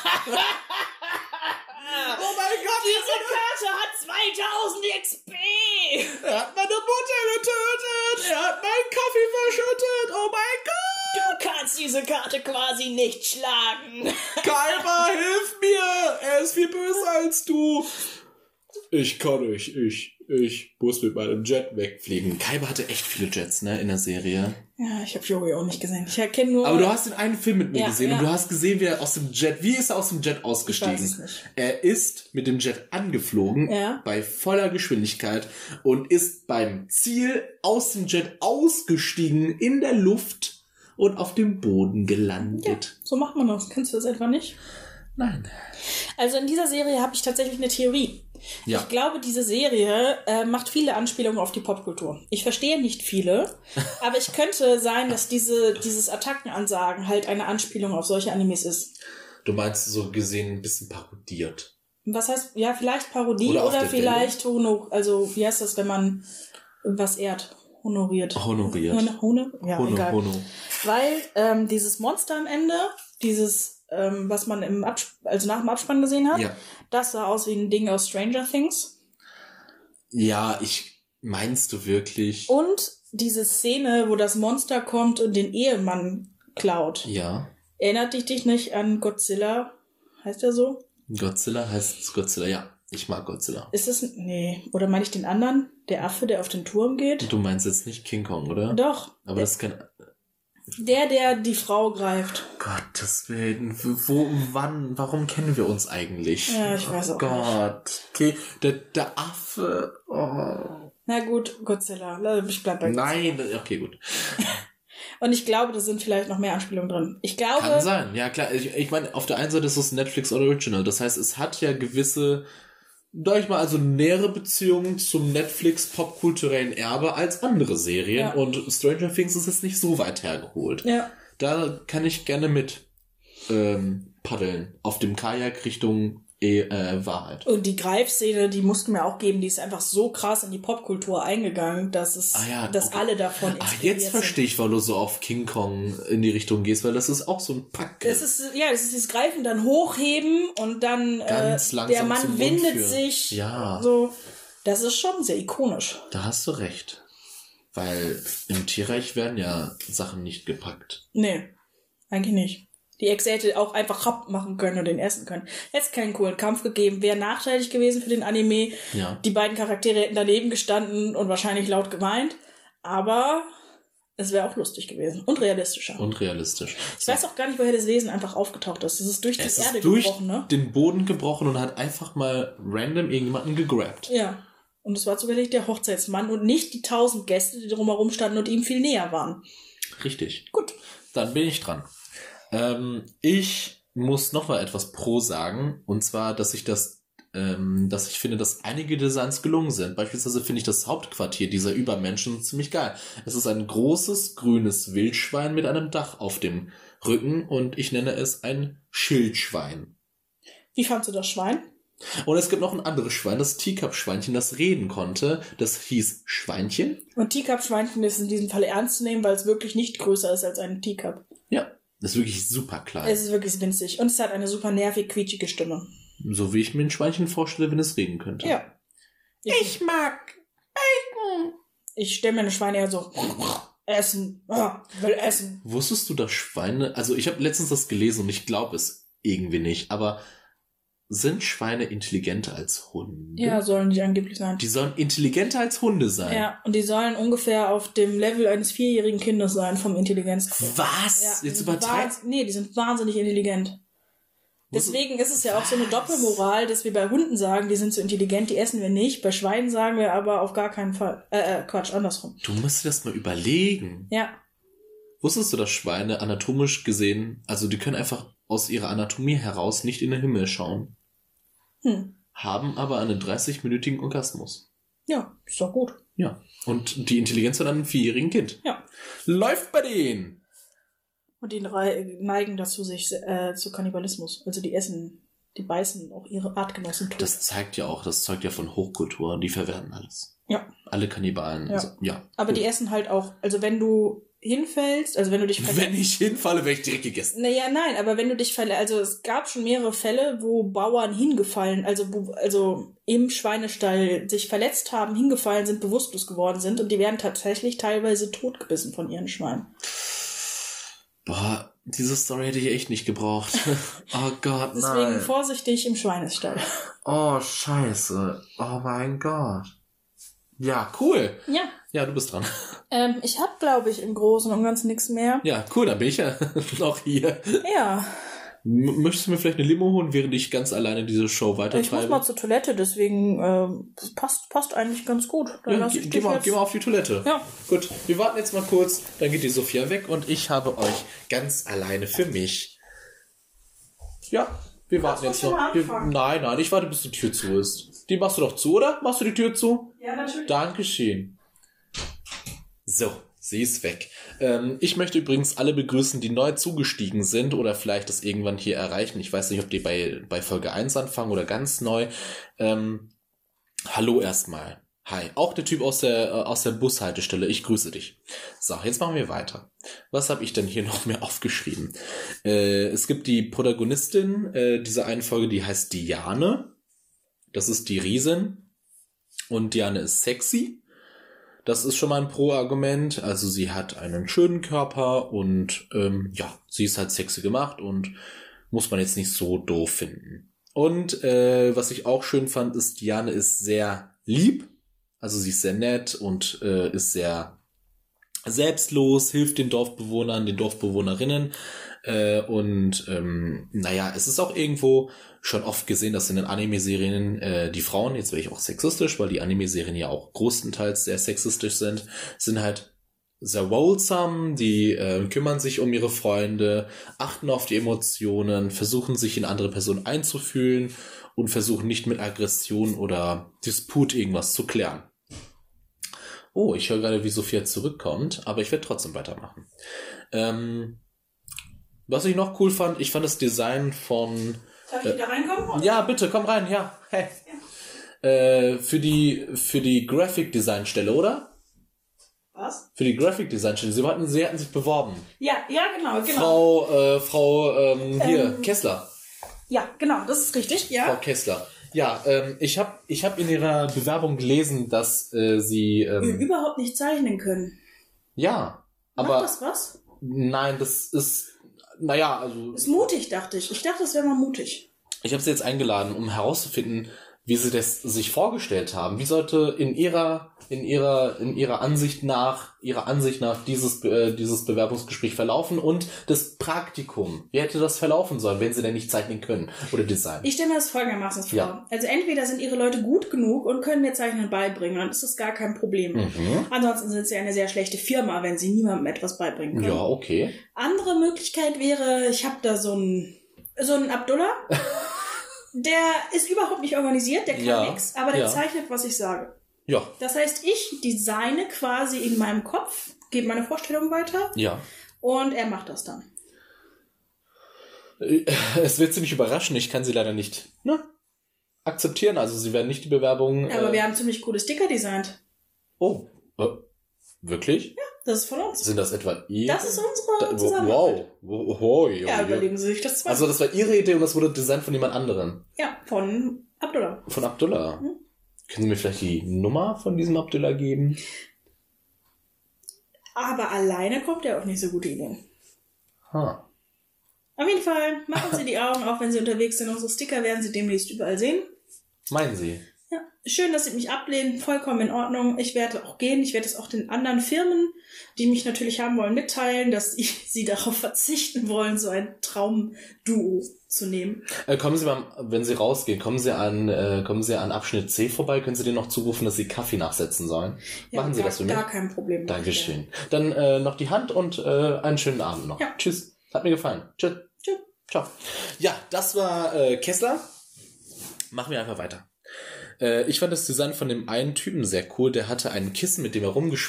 Oh mein Gott. Diese Karte hat 2000 XP. Er hat meine Mutter getötet. Er hat meinen Kaffee verschüttet. Oh mein Gott. Du kannst diese Karte quasi nicht schlagen. Kaiba, hilf mir! Er ist viel böser als du. Ich kann nicht. Ich muss mit meinem Jet wegfliegen. Kaiba hatte echt viele Jets, ne, in der Serie. Ja, ich habe Joey auch nicht gesehen. Ich erkenne nur... Aber du hast den einen Film mit mir gesehen und du hast gesehen, wie er aus dem Jet... Wie ist er aus dem Jet ausgestiegen? Ich weiß es nicht. Er ist mit dem Jet angeflogen, bei voller Geschwindigkeit und ist beim Ziel aus dem Jet ausgestiegen in der Luft und auf dem Boden gelandet. Ja, so macht man das. Kennst du das etwa nicht? Nein. Also in dieser Serie habe ich tatsächlich eine Theorie. Ja. Ich glaube, diese Serie macht viele Anspielungen auf die Popkultur. Ich verstehe nicht viele, aber es könnte sein, dass dieses Attackenansagen halt eine Anspielung auf solche Animes ist. Du meinst so gesehen ein bisschen parodiert. Was heißt, ja, vielleicht Parodie oder vielleicht also wie heißt das, wenn man was ehrt? Honoriert. Ja, Hono? Egal. Hono. Weil dieses Monster am Ende, was man nach dem Abspann gesehen hat, das sah aus wie ein Ding aus Stranger Things. Ja, meinst du wirklich? Und diese Szene, wo das Monster kommt und den Ehemann klaut. Ja. Erinnert dich nicht an Godzilla? Heißt der so? Godzilla heißt Godzilla, ja. Ich mag Godzilla. Ist es... Nee. Oder meine ich den anderen? Der Affe, der auf den Turm geht? Du meinst jetzt nicht King Kong, oder? Doch. Aber das ist kein... Der die Frau greift. Gottes Willen. Warum kennen wir uns eigentlich? Ja, ich weiß auch nicht. Gott. Okay, der Affe. Oh. Na gut, Godzilla. Ich bleib bei Godzilla. Nein, okay, gut. Und ich glaube, da sind vielleicht noch mehr Anspielungen drin. Ich glaube... Kann sein, ja klar. Ich meine, auf der einen Seite ist es Netflix Original. Das heißt, es hat ja gewisse... also nähere Beziehungen zum Netflix popkulturellen Erbe als andere Serien. Ja. Und Stranger Things ist jetzt nicht so weit hergeholt. Ja. Da kann ich gerne mit paddeln. Auf dem Kajak Richtung Wahrheit. Und die Greifszene, die mussten mir auch geben, die ist einfach so krass in die Popkultur eingegangen, dass alle davon inspiriert sind. Jetzt verstehe ich, weil du so auf King Kong in die Richtung gehst, weil das ist auch so ein Pack. Das ist dieses Greifen, dann hochheben und dann der Mann windet sich. Ja. So. Das ist schon sehr ikonisch. Da hast du recht. Weil im Tierreich werden ja Sachen nicht gepackt. Nee, eigentlich nicht. Die Exe hätte auch einfach Rapp machen können und den essen können. Hätte es keinen coolen Kampf gegeben, wäre nachteilig gewesen für den Anime. Ja. Die beiden Charaktere hätten daneben gestanden und wahrscheinlich laut geweint. Aber Es wäre auch lustig gewesen. Und realistischer. Ich weiß auch gar nicht, woher das Wesen einfach aufgetaucht ist. Das ist durch die Erde gebrochen, ne? Den Boden gebrochen und hat einfach mal random irgendjemanden gegrabt. Ja. Und es war zufällig der Hochzeitsmann und nicht die 1000 Gäste, die drumherum standen und ihm viel näher waren. Richtig. Gut. Dann bin ich dran. Ich muss noch mal etwas pro sagen. Und zwar, dass ich finde, dass einige Designs gelungen sind. Beispielsweise finde ich das Hauptquartier dieser Übermenschen ziemlich geil. Es ist ein großes, grünes Wildschwein mit einem Dach auf dem Rücken und ich nenne es ein Schildschwein. Wie fandst du das Schwein? Und es gibt noch ein anderes Schwein, das Teacup-Schweinchen, das reden konnte. Das hieß Schweinchen. Und Teacup-Schweinchen ist in diesem Fall ernst zu nehmen, weil es wirklich nicht größer ist als ein Teacup. Ja, das ist wirklich super klein. Es ist wirklich winzig. Und es hat eine super nervig, quietschige Stimme. So wie ich mir ein Schweinchen vorstelle, wenn es reden könnte. Ja. Ich mag Bacon. Ich stelle mir eine Schweine eher so, essen, will essen. Wusstest du, dass Schweine, also ich habe letztens das gelesen und ich glaube es irgendwie nicht, aber sind Schweine intelligenter als Hunde? Ja, sollen die angeblich sein. Die sollen intelligenter als Hunde sein. Ja, und die sollen ungefähr auf dem Level eines 4-jährigen Kindes sein vom Intelligenz. Was? Ja, Jetzt übertreibst? Nee, die sind wahnsinnig intelligent. Deswegen ist es ja auch so eine Doppelmoral, dass wir bei Hunden sagen, die sind so intelligent, die essen wir nicht. Bei Schweinen sagen wir aber auf gar keinen Fall. Quatsch, andersrum. Du musst dir das mal überlegen. Ja. Wusstest du, dass Schweine anatomisch gesehen, also die können einfach aus ihrer Anatomie heraus nicht in den Himmel schauen? Haben aber einen 30-minütigen Orgasmus. Ja, ist doch gut. Ja. Und die Intelligenz von einem 4-jährigen Kind. Ja. Läuft bei denen. Und die neigen dazu, sich zu Kannibalismus. Also die beißen auch ihre Artgenossen tot. Das zeugt ja von Hochkultur. Die verwerten alles. Ja. Alle Kannibalen. Ja. Also, ja. Aber die essen halt auch, also wenn du hinfällst, also wenn du dich Wenn ich hinfalle, werde ich direkt gegessen. Naja, nein, aber wenn du dich also es gab schon mehrere Fälle, wo Bauern hingefallen, also im Schweinestall sich verletzt haben, hingefallen sind, bewusstlos geworden sind und die werden tatsächlich teilweise totgebissen von ihren Schweinen. Boah, diese Story hätte ich echt nicht gebraucht. Oh Gott, Deswegen nein. vorsichtig im Schweinestall. Oh, scheiße. Oh mein Gott. Ja, cool. Ja. Ja, du bist dran. Ich habe, glaube ich, im Großen und Ganzen nichts mehr. Ja, cool, dann bin ich ja noch hier. Ja. Möchtest du mir vielleicht eine Limo holen, während ich ganz alleine diese Show weitertreibe? Ich muss mal zur Toilette, deswegen passt eigentlich ganz gut. Dann Ja, geh mal auf die Toilette. Ja. Gut, wir warten jetzt mal kurz, dann geht die Sophia weg und ich habe euch ganz alleine für mich. Ja, wir warten jetzt noch. Nein, ich warte, bis die Tür zu ist. Die machst du doch zu, oder? Machst du die Tür zu? Ja, natürlich. Dankeschön. So, sie ist weg. Ich möchte übrigens alle begrüßen, die neu zugestiegen sind oder vielleicht das irgendwann hier erreichen. Ich weiß nicht, ob die bei Folge 1 anfangen oder ganz neu. Hallo erstmal. Hi. Auch der Typ aus der Bushaltestelle. Ich grüße dich. So, jetzt machen wir weiter. Was habe ich denn hier noch mehr aufgeschrieben? Es gibt die Protagonistin dieser einen Folge, die heißt Diane. Das ist die Riesin. Und Diane ist sexy. Das ist schon mal ein Pro-Argument. Also sie hat einen schönen Körper und sie ist halt sexy gemacht und muss man jetzt nicht so doof finden. Und was ich auch schön fand, ist, Diane ist sehr lieb. Also sie ist sehr nett und ist sehr selbstlos, hilft den Dorfbewohnern, den Dorfbewohnerinnen. Es ist auch irgendwo schon oft gesehen, dass in den Anime-Serien die Frauen, jetzt werde ich auch sexistisch, weil die Anime-Serien ja auch größtenteils sehr sexistisch sind halt sehr wholesome, die kümmern sich um ihre Freunde, achten auf die Emotionen, versuchen sich in andere Personen einzufühlen und versuchen nicht mit Aggression oder Disput irgendwas zu klären. Oh, ich höre gerade, wie Sophia zurückkommt, aber ich werde trotzdem weitermachen. Was ich noch cool fand, ich fand das Design von... Darf ich da reinkommen? Oder? Ja, bitte, komm rein, ja. Hey. Ja. Für die Graphic Design Stelle, oder? Was? Für die Graphic Design Stelle. Sie hatten sich beworben. Ja, genau. Frau Kessler. Ja, genau, das ist richtig, ja. Frau Kessler. Ja, ich hab in ihrer Bewerbung gelesen, dass sie... überhaupt nicht zeichnen können. Ja, aber... Macht das was? Nein, das ist... Naja, also... Ist mutig, dachte ich. Ich dachte, das wäre mal mutig. Ich habe sie jetzt eingeladen, um herauszufinden, wie sie das sich vorgestellt haben. Wie sollte in ihrer Ansicht nach dieses Bewerbungsgespräch verlaufen und das Praktikum? Wie hätte das verlaufen sollen, wenn sie denn nicht zeichnen können oder designen? Ich stelle mir das folgendermaßen vor. Ja. Also entweder sind ihre Leute gut genug und können mir Zeichnen beibringen, dann ist das gar kein Problem. Ansonsten sind sie eine sehr schlechte Firma, wenn sie niemandem etwas beibringen können. Ja, okay. Andere Möglichkeit wäre, ich habe da so einen Abdullah, der ist überhaupt nicht organisiert, der kann nichts, aber der zeichnet, was ich sage. Ja. Das heißt, ich designe quasi in meinem Kopf, gebe meine Vorstellung weiter und er macht das dann. Es wird ziemlich überraschen, ich kann sie leider nicht akzeptieren, also sie werden nicht die Bewerbung... Aber wir haben ziemlich coole Sticker designt. Oh, wirklich? Ja, das ist von uns. Sind das etwa ihr? Das ist unsere Zusammenarbeit. Wow. Ja, überlegen Sie sich das mal. Also das war Ihre Idee und das wurde designt von jemand anderem? Ja, von Abdullah. Von Abdullah? Können Sie mir vielleicht die Nummer von diesem Abdullah geben? Aber alleine kommt er auf nicht so gute Ideen. Auf jeden Fall machen Sie die Augen auf, wenn Sie unterwegs sind. Unsere Sticker werden Sie demnächst überall sehen. Meinen Sie? Ja, schön, dass Sie mich ablehnen. Vollkommen in Ordnung. Ich werde auch gehen. Ich werde es auch den anderen Firmen, die mich natürlich haben wollen, mitteilen, dass sie darauf verzichten wollen, so ein Traumduo zu nehmen. Kommen Sie mal, wenn Sie rausgehen, kommen Sie an Abschnitt C vorbei. Können Sie denen noch zurufen, dass Sie Kaffee nachsetzen sollen? Ja, machen Sie das für mich? Gar kein Problem. Dankeschön. Dann noch die Hand und einen schönen Abend noch. Ja. Tschüss. Hat mir gefallen. Tschüss. Ciao. Ja, das war Kessler. Machen wir einfach weiter. Ich fand das Design von dem einen Typen sehr cool. Der hatte ein Kissen, mit dem er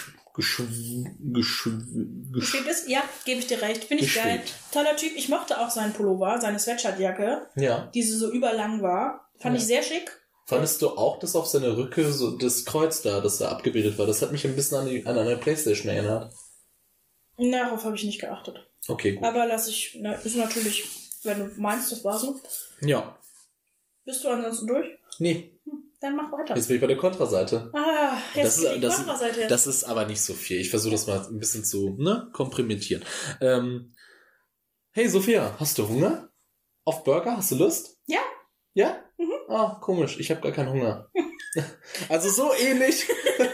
Ja, gebe ich dir recht. Finde ich geil. Toller Typ. Ich mochte auch seinen Pullover, seine Sweatshirtjacke. Ja. Die so überlang war. Fand ich sehr schick. Fandest du auch, dass auf seiner Rücke so das Kreuz das da abgebildet war? Das hat mich ein bisschen an eine Playstation erinnert. Darauf habe ich nicht geachtet. Okay, gut. Aber ist natürlich, wenn du meinst, das war so. Ja. Bist du ansonsten durch? Nee. Dann mach weiter. Jetzt bin ich bei der Kontraseite. Jetzt die Kontraseite. Das ist aber nicht so viel. Ich versuche das mal ein bisschen zu komprimieren. Hey Sophia, hast du Hunger? Auf Burger? Hast du Lust? Ja. Ja? Komisch. Ich habe gar keinen Hunger. Also so ähnlich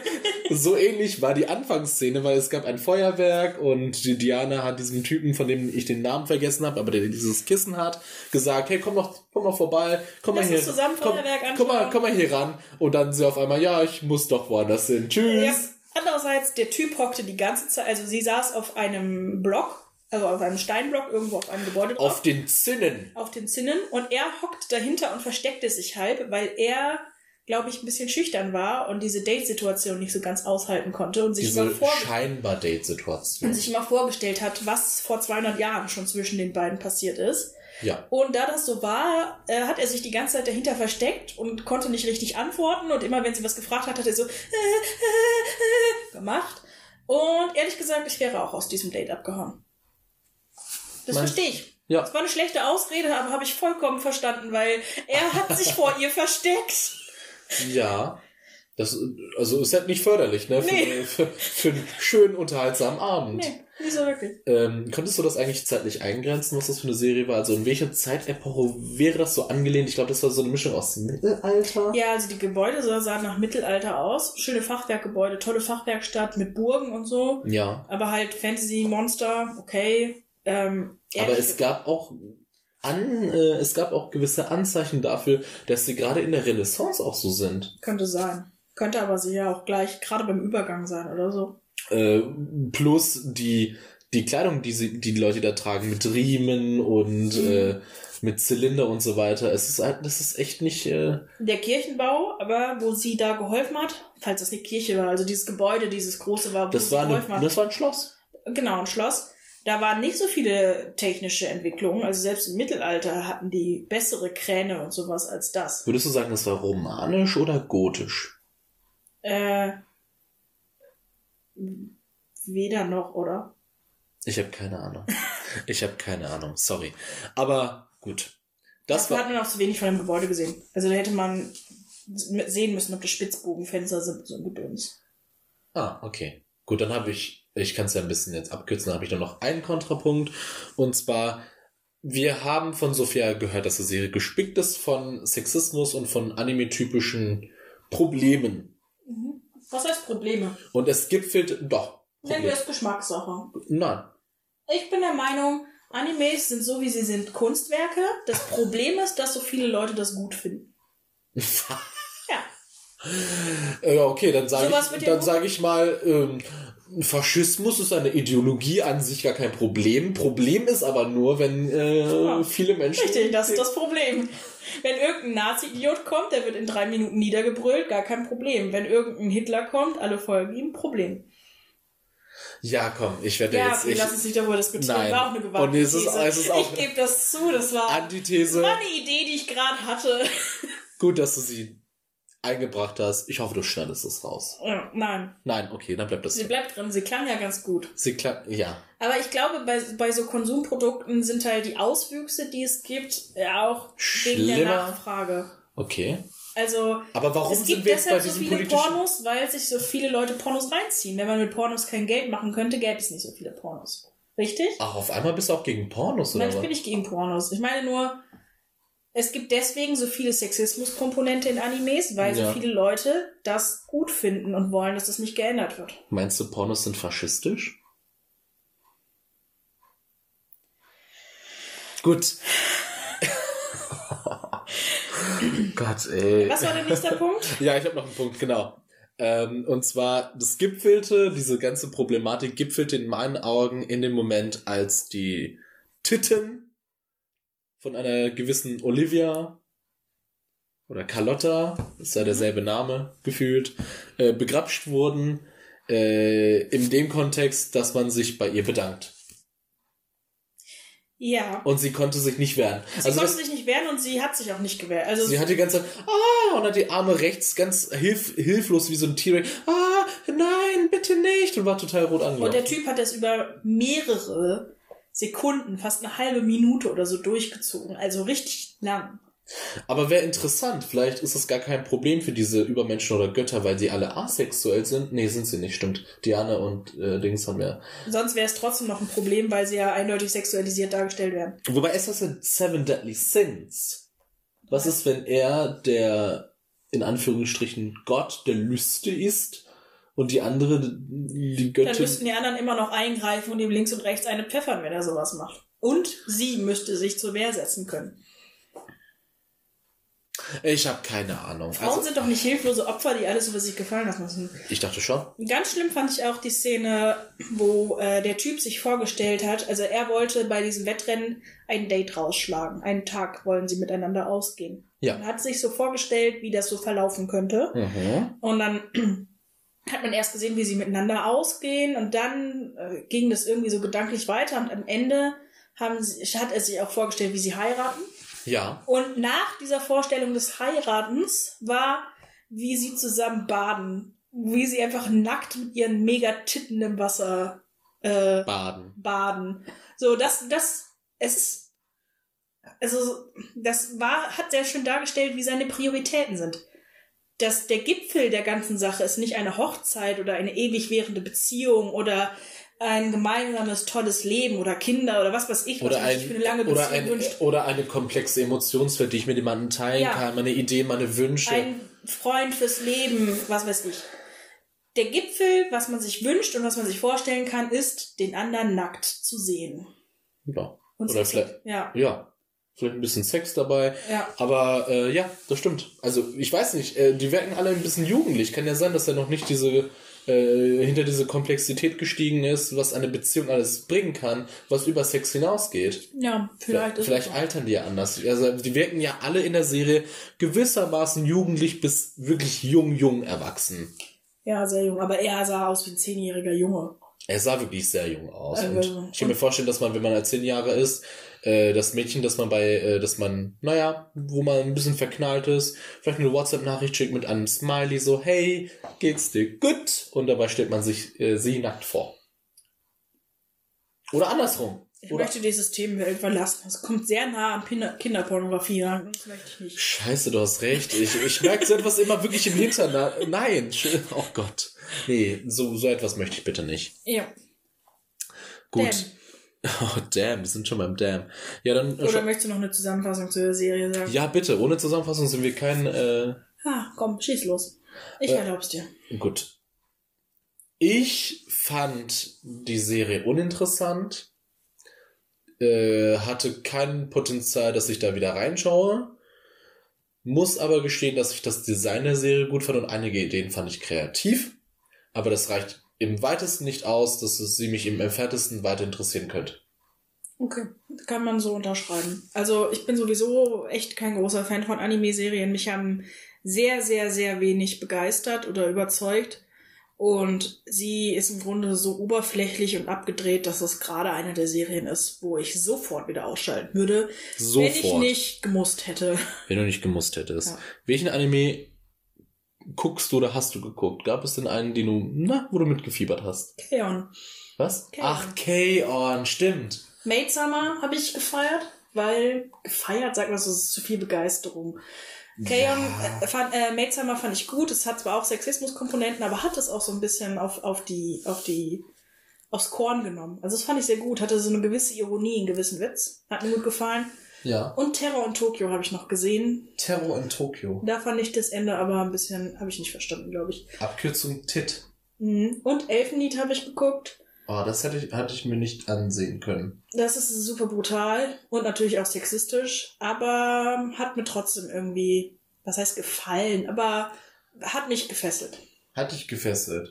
war die Anfangsszene, weil es gab ein Feuerwerk und die Diana hat diesem Typen, von dem ich den Namen vergessen habe, aber der dieses Kissen hat, gesagt, hey, komm noch vorbei, komm mal hier ran. Und dann sie auf einmal, ja, ich muss doch woanders hin. Tschüss. Ja. Andererseits, der Typ hockte die ganze Zeit, also sie saß auf einem Block, also auf einem Steinblock, irgendwo auf einem Gebäude drauf. Auf den Zinnen. Und er hockt dahinter und versteckte sich halb, weil er, glaube ich, ein bisschen schüchtern war und diese Date-Situation nicht so ganz aushalten konnte und sich scheinbar Date-Situation. Und sich mal vorgestellt hat, was vor 200 Jahren schon zwischen den beiden passiert ist. Ja. Und da das so war, hat er sich die ganze Zeit dahinter versteckt und konnte nicht richtig antworten. Und immer, wenn sie was gefragt hat, hat er so gemacht. Und ehrlich gesagt, ich wäre auch aus diesem Date abgehauen. Das verstehe ich. Ja. Das war eine schlechte Ausrede, aber habe ich vollkommen verstanden, weil er hat sich vor ihr versteckt. Ja. Das ist halt nicht förderlich, ne? Nee. Für einen schönen, unterhaltsamen Abend. Nee, nicht so wirklich. Konntest du das eigentlich zeitlich eingrenzen, was das für eine Serie war? Also in welcher Zeitepoche wäre das so angelehnt? Ich glaube, das war so eine Mischung aus Mittelalter. Ja, also die Gebäude sahen nach Mittelalter aus. Schöne Fachwerkgebäude, tolle Fachwerkstatt mit Burgen und so. Ja. Aber halt Fantasy, Monster, okay. Aber es gab auch gewisse Anzeichen dafür, dass sie gerade in der Renaissance auch so sind. Könnte sein. Könnte aber sicher auch gleich gerade beim Übergang sein oder so. Plus die Kleidung, die Leute da tragen, mit Riemen und mit Zylinder und so weiter. Das ist echt nicht... Der Kirchenbau, aber wo sie da geholfen hat, falls das eine Kirche war, also dieses Gebäude, dieses große war, wo sie geholfen hat. Das war ein Schloss. Genau, ein Schloss. Da waren nicht so viele technische Entwicklungen. Also selbst im Mittelalter hatten die bessere Kräne und sowas als das. Würdest du sagen, das war romanisch oder gotisch? Weder noch, oder? Ich habe keine Ahnung. Sorry. Aber gut. Dafür hat man auch zu wenig von dem Gebäude gesehen. Also da hätte man sehen müssen, ob das Spitzbogenfenster sind, so ein Gedöns. Okay. Gut, dann habe ich kann es ja ein bisschen jetzt abkürzen, dann habe ich dann noch einen Kontrapunkt. Und zwar wir haben von Sophia gehört, dass die Serie gespickt ist von Sexismus und von anime-typischen Problemen. Was heißt Probleme? Und es gipfelt doch. Nennen wir es Geschmackssache. Nein. Ich bin der Meinung, Animes sind so, wie sie sind, Kunstwerke. Das Problem ist, dass so viele Leute das gut finden. Ja. Okay, dann sage ich mal, Faschismus ist eine Ideologie an sich gar kein Problem. Problem ist aber nur, wenn viele Menschen... Richtig, das ist das Problem. Wenn irgendein Nazi-Idiot kommt, der wird in 3 Minuten niedergebrüllt, gar kein Problem. Wenn irgendein Hitler kommt, alle folgen ihm, Problem. Ja, komm, ich werde jetzt... Ja, lass uns nicht darüber diskutieren. Nein. War auch eine gewagte Und es ist auch ich gebe das zu, das war Antithese. eine Idee, die ich gerade hatte. Gut, dass du sie eingebracht hast. Ich hoffe, du schneidest es raus. Ja, nein. Nein, okay, dann bleibt das Sie bleibt drin. Sie klang ja ganz gut. Ja. Aber ich glaube, bei so Konsumprodukten sind halt die Auswüchse, die es gibt, ja auch wegen der Nachfrage. Okay. Also, aber warum es gibt sind wir jetzt bei deshalb so diesen viele Pornos, weil sich so viele Leute Pornos reinziehen. Wenn man mit Pornos kein Geld machen könnte, gäbe es nicht so viele Pornos. Richtig? Ach, auf einmal bist du auch gegen Pornos, oder was? Nein, ich bin nicht gegen Pornos. Ich meine nur, es gibt deswegen so viele Sexismuskomponente in Animes, weil so viele Leute das gut finden und wollen, dass das nicht geändert wird. Meinst du, Pornos sind faschistisch? Gut. Gott, ey. Was war der nächste Punkt? Ja, ich habe noch einen Punkt, genau. Und zwar, diese ganze Problematik gipfelte in meinen Augen in dem Moment, als die Titten von einer gewissen Olivia oder Carlotta, ist ja derselbe Name gefühlt, begrapscht wurden, in dem Kontext, dass man sich bei ihr bedankt. Ja. Und sie konnte sich nicht wehren. Sie konnte sich nicht wehren und sie hat sich auch nicht gewehrt. Also sie hat die ganze Zeit, und hat die Arme rechts ganz hilflos wie so ein T-Rex, nein, bitte nicht, und war total rot angelaufen. Und der Typ hat das über mehrere Sekunden, fast eine halbe Minute oder so durchgezogen. Also richtig lang. Aber wäre interessant, vielleicht ist es gar kein Problem für diese Übermenschen oder Götter, weil sie alle asexuell sind. Nee, sind sie nicht, stimmt. Diana und Dings haben ja... Sonst wäre es trotzdem noch ein Problem, weil sie ja eindeutig sexualisiert dargestellt werden. Wobei, ist das in Seven Deadly Sins? Was ist, wenn er der, in Anführungsstrichen, Gott der Lüste ist und die andere, die Göttin... Dann müssten die anderen immer noch eingreifen und ihm links und rechts eine pfeffern, wenn er sowas macht. Und sie müsste sich zur Wehr setzen können. Ich habe keine Ahnung. Frauen sind doch nicht hilflose Opfer, die alles über sich gefallen lassen müssen. Ich dachte schon. Ganz schlimm fand ich auch die Szene, wo der Typ sich vorgestellt hat. Also er wollte bei diesem Wettrennen ein Date rausschlagen. Einen Tag wollen sie miteinander ausgehen. Ja. Und hat sich so vorgestellt, wie das so verlaufen könnte. Mhm. Und dann hat man erst gesehen, wie sie miteinander ausgehen. Und dann ging das irgendwie so gedanklich weiter. Und am Ende hat er sich auch vorgestellt, wie sie heiraten. Ja. Und nach dieser Vorstellung des Heiratens war, wie sie zusammen baden. Wie sie einfach nackt mit ihren Megatitten im Wasser baden. So, hat sehr schön dargestellt, wie seine Prioritäten sind. Dass der Gipfel der ganzen Sache ist nicht eine Hochzeit oder eine ewig währende Beziehung oder ein gemeinsames, tolles Leben oder Kinder oder was weiß ich, was man sich für eine lange Beziehung wünscht. Oder eine komplexe Emotionswelt, die ich mit jemandem teilen kann, meine Ideen, meine Wünsche. Ein Freund fürs Leben, was weiß ich. Der Gipfel, was man sich wünscht und was man sich vorstellen kann, ist, den anderen nackt zu sehen. Ja. Und oder vielleicht, ja. Vielleicht ein bisschen Sex dabei. Ja. Aber ja, das stimmt. Also ich weiß nicht, die wirken alle ein bisschen jugendlich. Kann ja sein, dass er noch nicht hinter diese Komplexität gestiegen ist, was eine Beziehung alles bringen kann, was über Sex hinausgeht. Ja, vielleicht altern die ja anders. Also die wirken ja alle in der Serie gewissermaßen jugendlich bis wirklich jung erwachsen. Ja, sehr jung. Aber er sah aus wie ein 10-jähriger Junge. Er sah wirklich sehr jung aus. Und ich kann mir vorstellen, dass man, wenn man 10 Jahre ist, das Mädchen, wo man ein bisschen verknallt ist, vielleicht eine WhatsApp-Nachricht schickt mit einem Smiley, so, hey, geht's dir gut? Und dabei stellt man sich sie nackt vor. Oder andersrum. Ich möchte dieses Themenfeld verlassen. Es kommt sehr nah an Kinderpornografie ran. Das möchte ich nicht. Scheiße, du hast recht. Ich merke so etwas immer wirklich im Hintern. Nein. Oh Gott. Nee, so etwas möchte ich bitte nicht. Ja. Gut. Oh, damn, wir sind schon beim Damn. Ja, dann... Oder möchtest du noch eine Zusammenfassung zur Serie sagen? Ja, bitte. Ohne Zusammenfassung sind wir kein... Komm, schieß los. Ich erlaub's dir. Gut. Ich fand die Serie uninteressant. Hatte kein Potenzial, dass ich da wieder reinschaue. Muss aber gestehen, dass ich das Design der Serie gut fand und einige Ideen fand ich kreativ. Aber das reicht im weitesten nicht aus, dass sie mich im entferntesten weiter interessieren könnte. Okay, kann man so unterschreiben. Also ich bin sowieso echt kein großer Fan von Anime-Serien. Mich haben sehr, sehr, sehr wenig begeistert oder überzeugt. Und sie ist im Grunde so oberflächlich und abgedreht, dass es gerade eine der Serien ist, wo ich sofort wieder ausschalten würde, wenn ich nicht gemusst hätte. Wenn du nicht gemusst hättest. Ja. Welchen Anime guckst du oder hast du geguckt? Gab es denn einen, wo du mitgefiebert hast? K-On! Was? K-On. Ach, K-On, stimmt. Maid Summer habe ich gefeiert, weil gefeiert, sagt man so, ist zu viel Begeisterung. K-On! Maid Summer fand ich gut, es hat zwar auch Sexismuskomponenten, aber hat es auch so ein bisschen aufs Korn genommen. Also das fand ich sehr gut, hatte so eine gewisse Ironie, einen gewissen Witz. Hat mir gut gefallen. Ja. Und Terror in Tokyo habe ich noch gesehen. Terror in Tokyo. Da fand ich das Ende aber ein bisschen, habe ich nicht verstanden, glaube ich. Abkürzung TIT. Und Elfenlied habe ich geguckt. Oh, das hatte ich mir nicht ansehen können. Das ist super brutal und natürlich auch sexistisch, aber hat mir trotzdem irgendwie, was heißt gefallen, aber hat mich gefesselt. Hat dich gefesselt.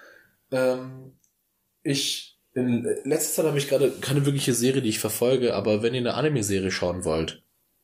In letzter Zeit habe ich gerade keine wirkliche Serie, die ich verfolge, aber wenn ihr eine Anime-Serie schauen wollt,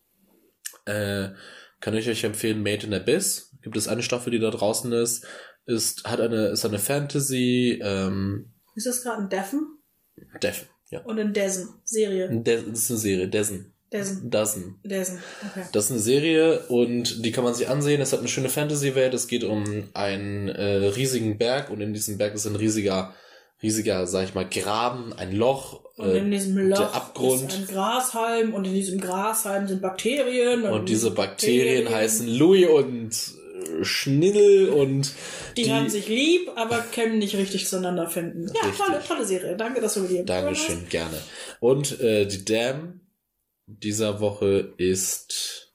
kann ich euch empfehlen Made in Abyss. Gibt es eine Staffel, die da draußen ist. Ist eine Fantasy. Ist das gerade ein Deffen? Deffen, ja. Und ein Serie. Das ist eine Serie, Dessen. Okay. Das ist eine Serie und die kann man sich ansehen. Es hat eine schöne Fantasy-Welt. Es geht um einen riesigen Berg und in diesem Berg ist ein riesiger, sag ich mal, Graben, ein Loch. Und in diesem Loch der Abgrund. ist ein Grashalm und in diesem Grashalm sind Bakterien. Und diese Bakterien heißen Louis und Schniddel und die haben sich lieb, aber können nicht richtig zueinander finden. Ja, tolle Serie. Danke, dass du mir die Dankeschön, gerne. Und die Damn dieser Woche ist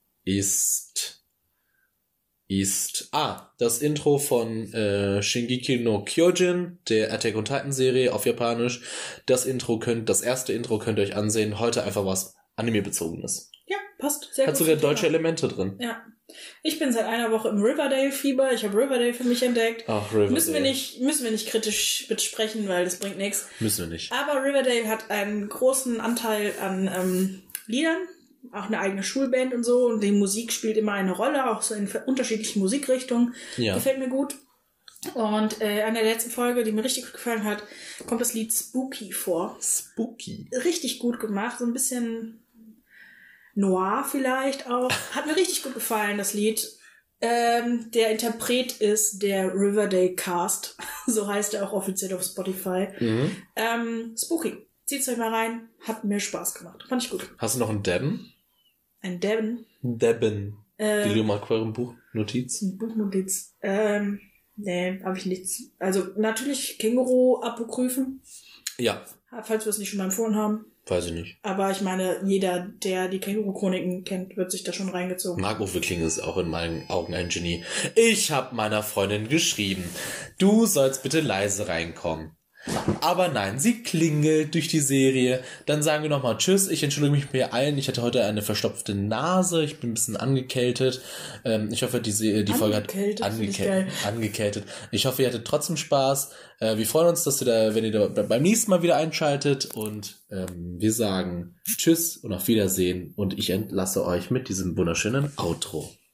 das Intro von Shingeki no Kyojin, der Attack on Titan Serie auf Japanisch. Das erste Intro könnt ihr euch ansehen. Heute einfach was Anime-bezogenes. Ja, passt. Sehr gut. Hat sogar deutsche Elemente drin. Ja. Ich bin seit einer Woche im Riverdale-Fieber. Ich habe Riverdale für mich entdeckt. Ach, Riverdale. Müssen wir nicht kritisch besprechen, weil das bringt nichts. Müssen wir nicht. Aber Riverdale hat einen großen Anteil an Liedern, auch eine eigene Schulband und so. Und die Musik spielt immer eine Rolle, auch so in unterschiedlichen Musikrichtungen. Ja. Gefällt mir gut. Und an der letzten Folge, die mir richtig gut gefallen hat, kommt das Lied Spooky vor. Spooky? Richtig gut gemacht. So ein bisschen Noir vielleicht auch. Hat mir richtig gut gefallen, das Lied. Der Interpret ist der Riverdale Cast. So heißt er auch offiziell auf Spotify. Spooky. Zieht's euch mal rein. Hat mir Spaß gemacht. Fand ich gut. Hast du noch einen Debben? Ein Debben? Debben. Die Luma Aquarium Buchnotiz? Buchnotiz. Nee, habe ich nichts. Also natürlich Känguru-Apokryphen. Ja. Falls wir es nicht schon mal empfohlen haben. Weiß ich nicht. Aber ich meine, jeder, der die Känguru-Chroniken kennt, wird sich da schon reingezogen. Marc-Uwe Kling ist auch in meinen Augen ein Genie. Ich habe meiner Freundin geschrieben, du sollst bitte leise reinkommen. Aber nein, sie klingelt durch die Serie. Dann sagen wir nochmal Tschüss. Ich entschuldige mich bei allen. Ich hatte heute eine verstopfte Nase. Ich bin ein bisschen angekältet. Ich hoffe, die Folge hat angekältet. Ich hoffe, ihr hattet trotzdem Spaß. Wir freuen uns, dass wenn ihr da beim nächsten Mal wieder einschaltet. Und wir sagen Tschüss und auf Wiedersehen. Und ich entlasse euch mit diesem wunderschönen Outro.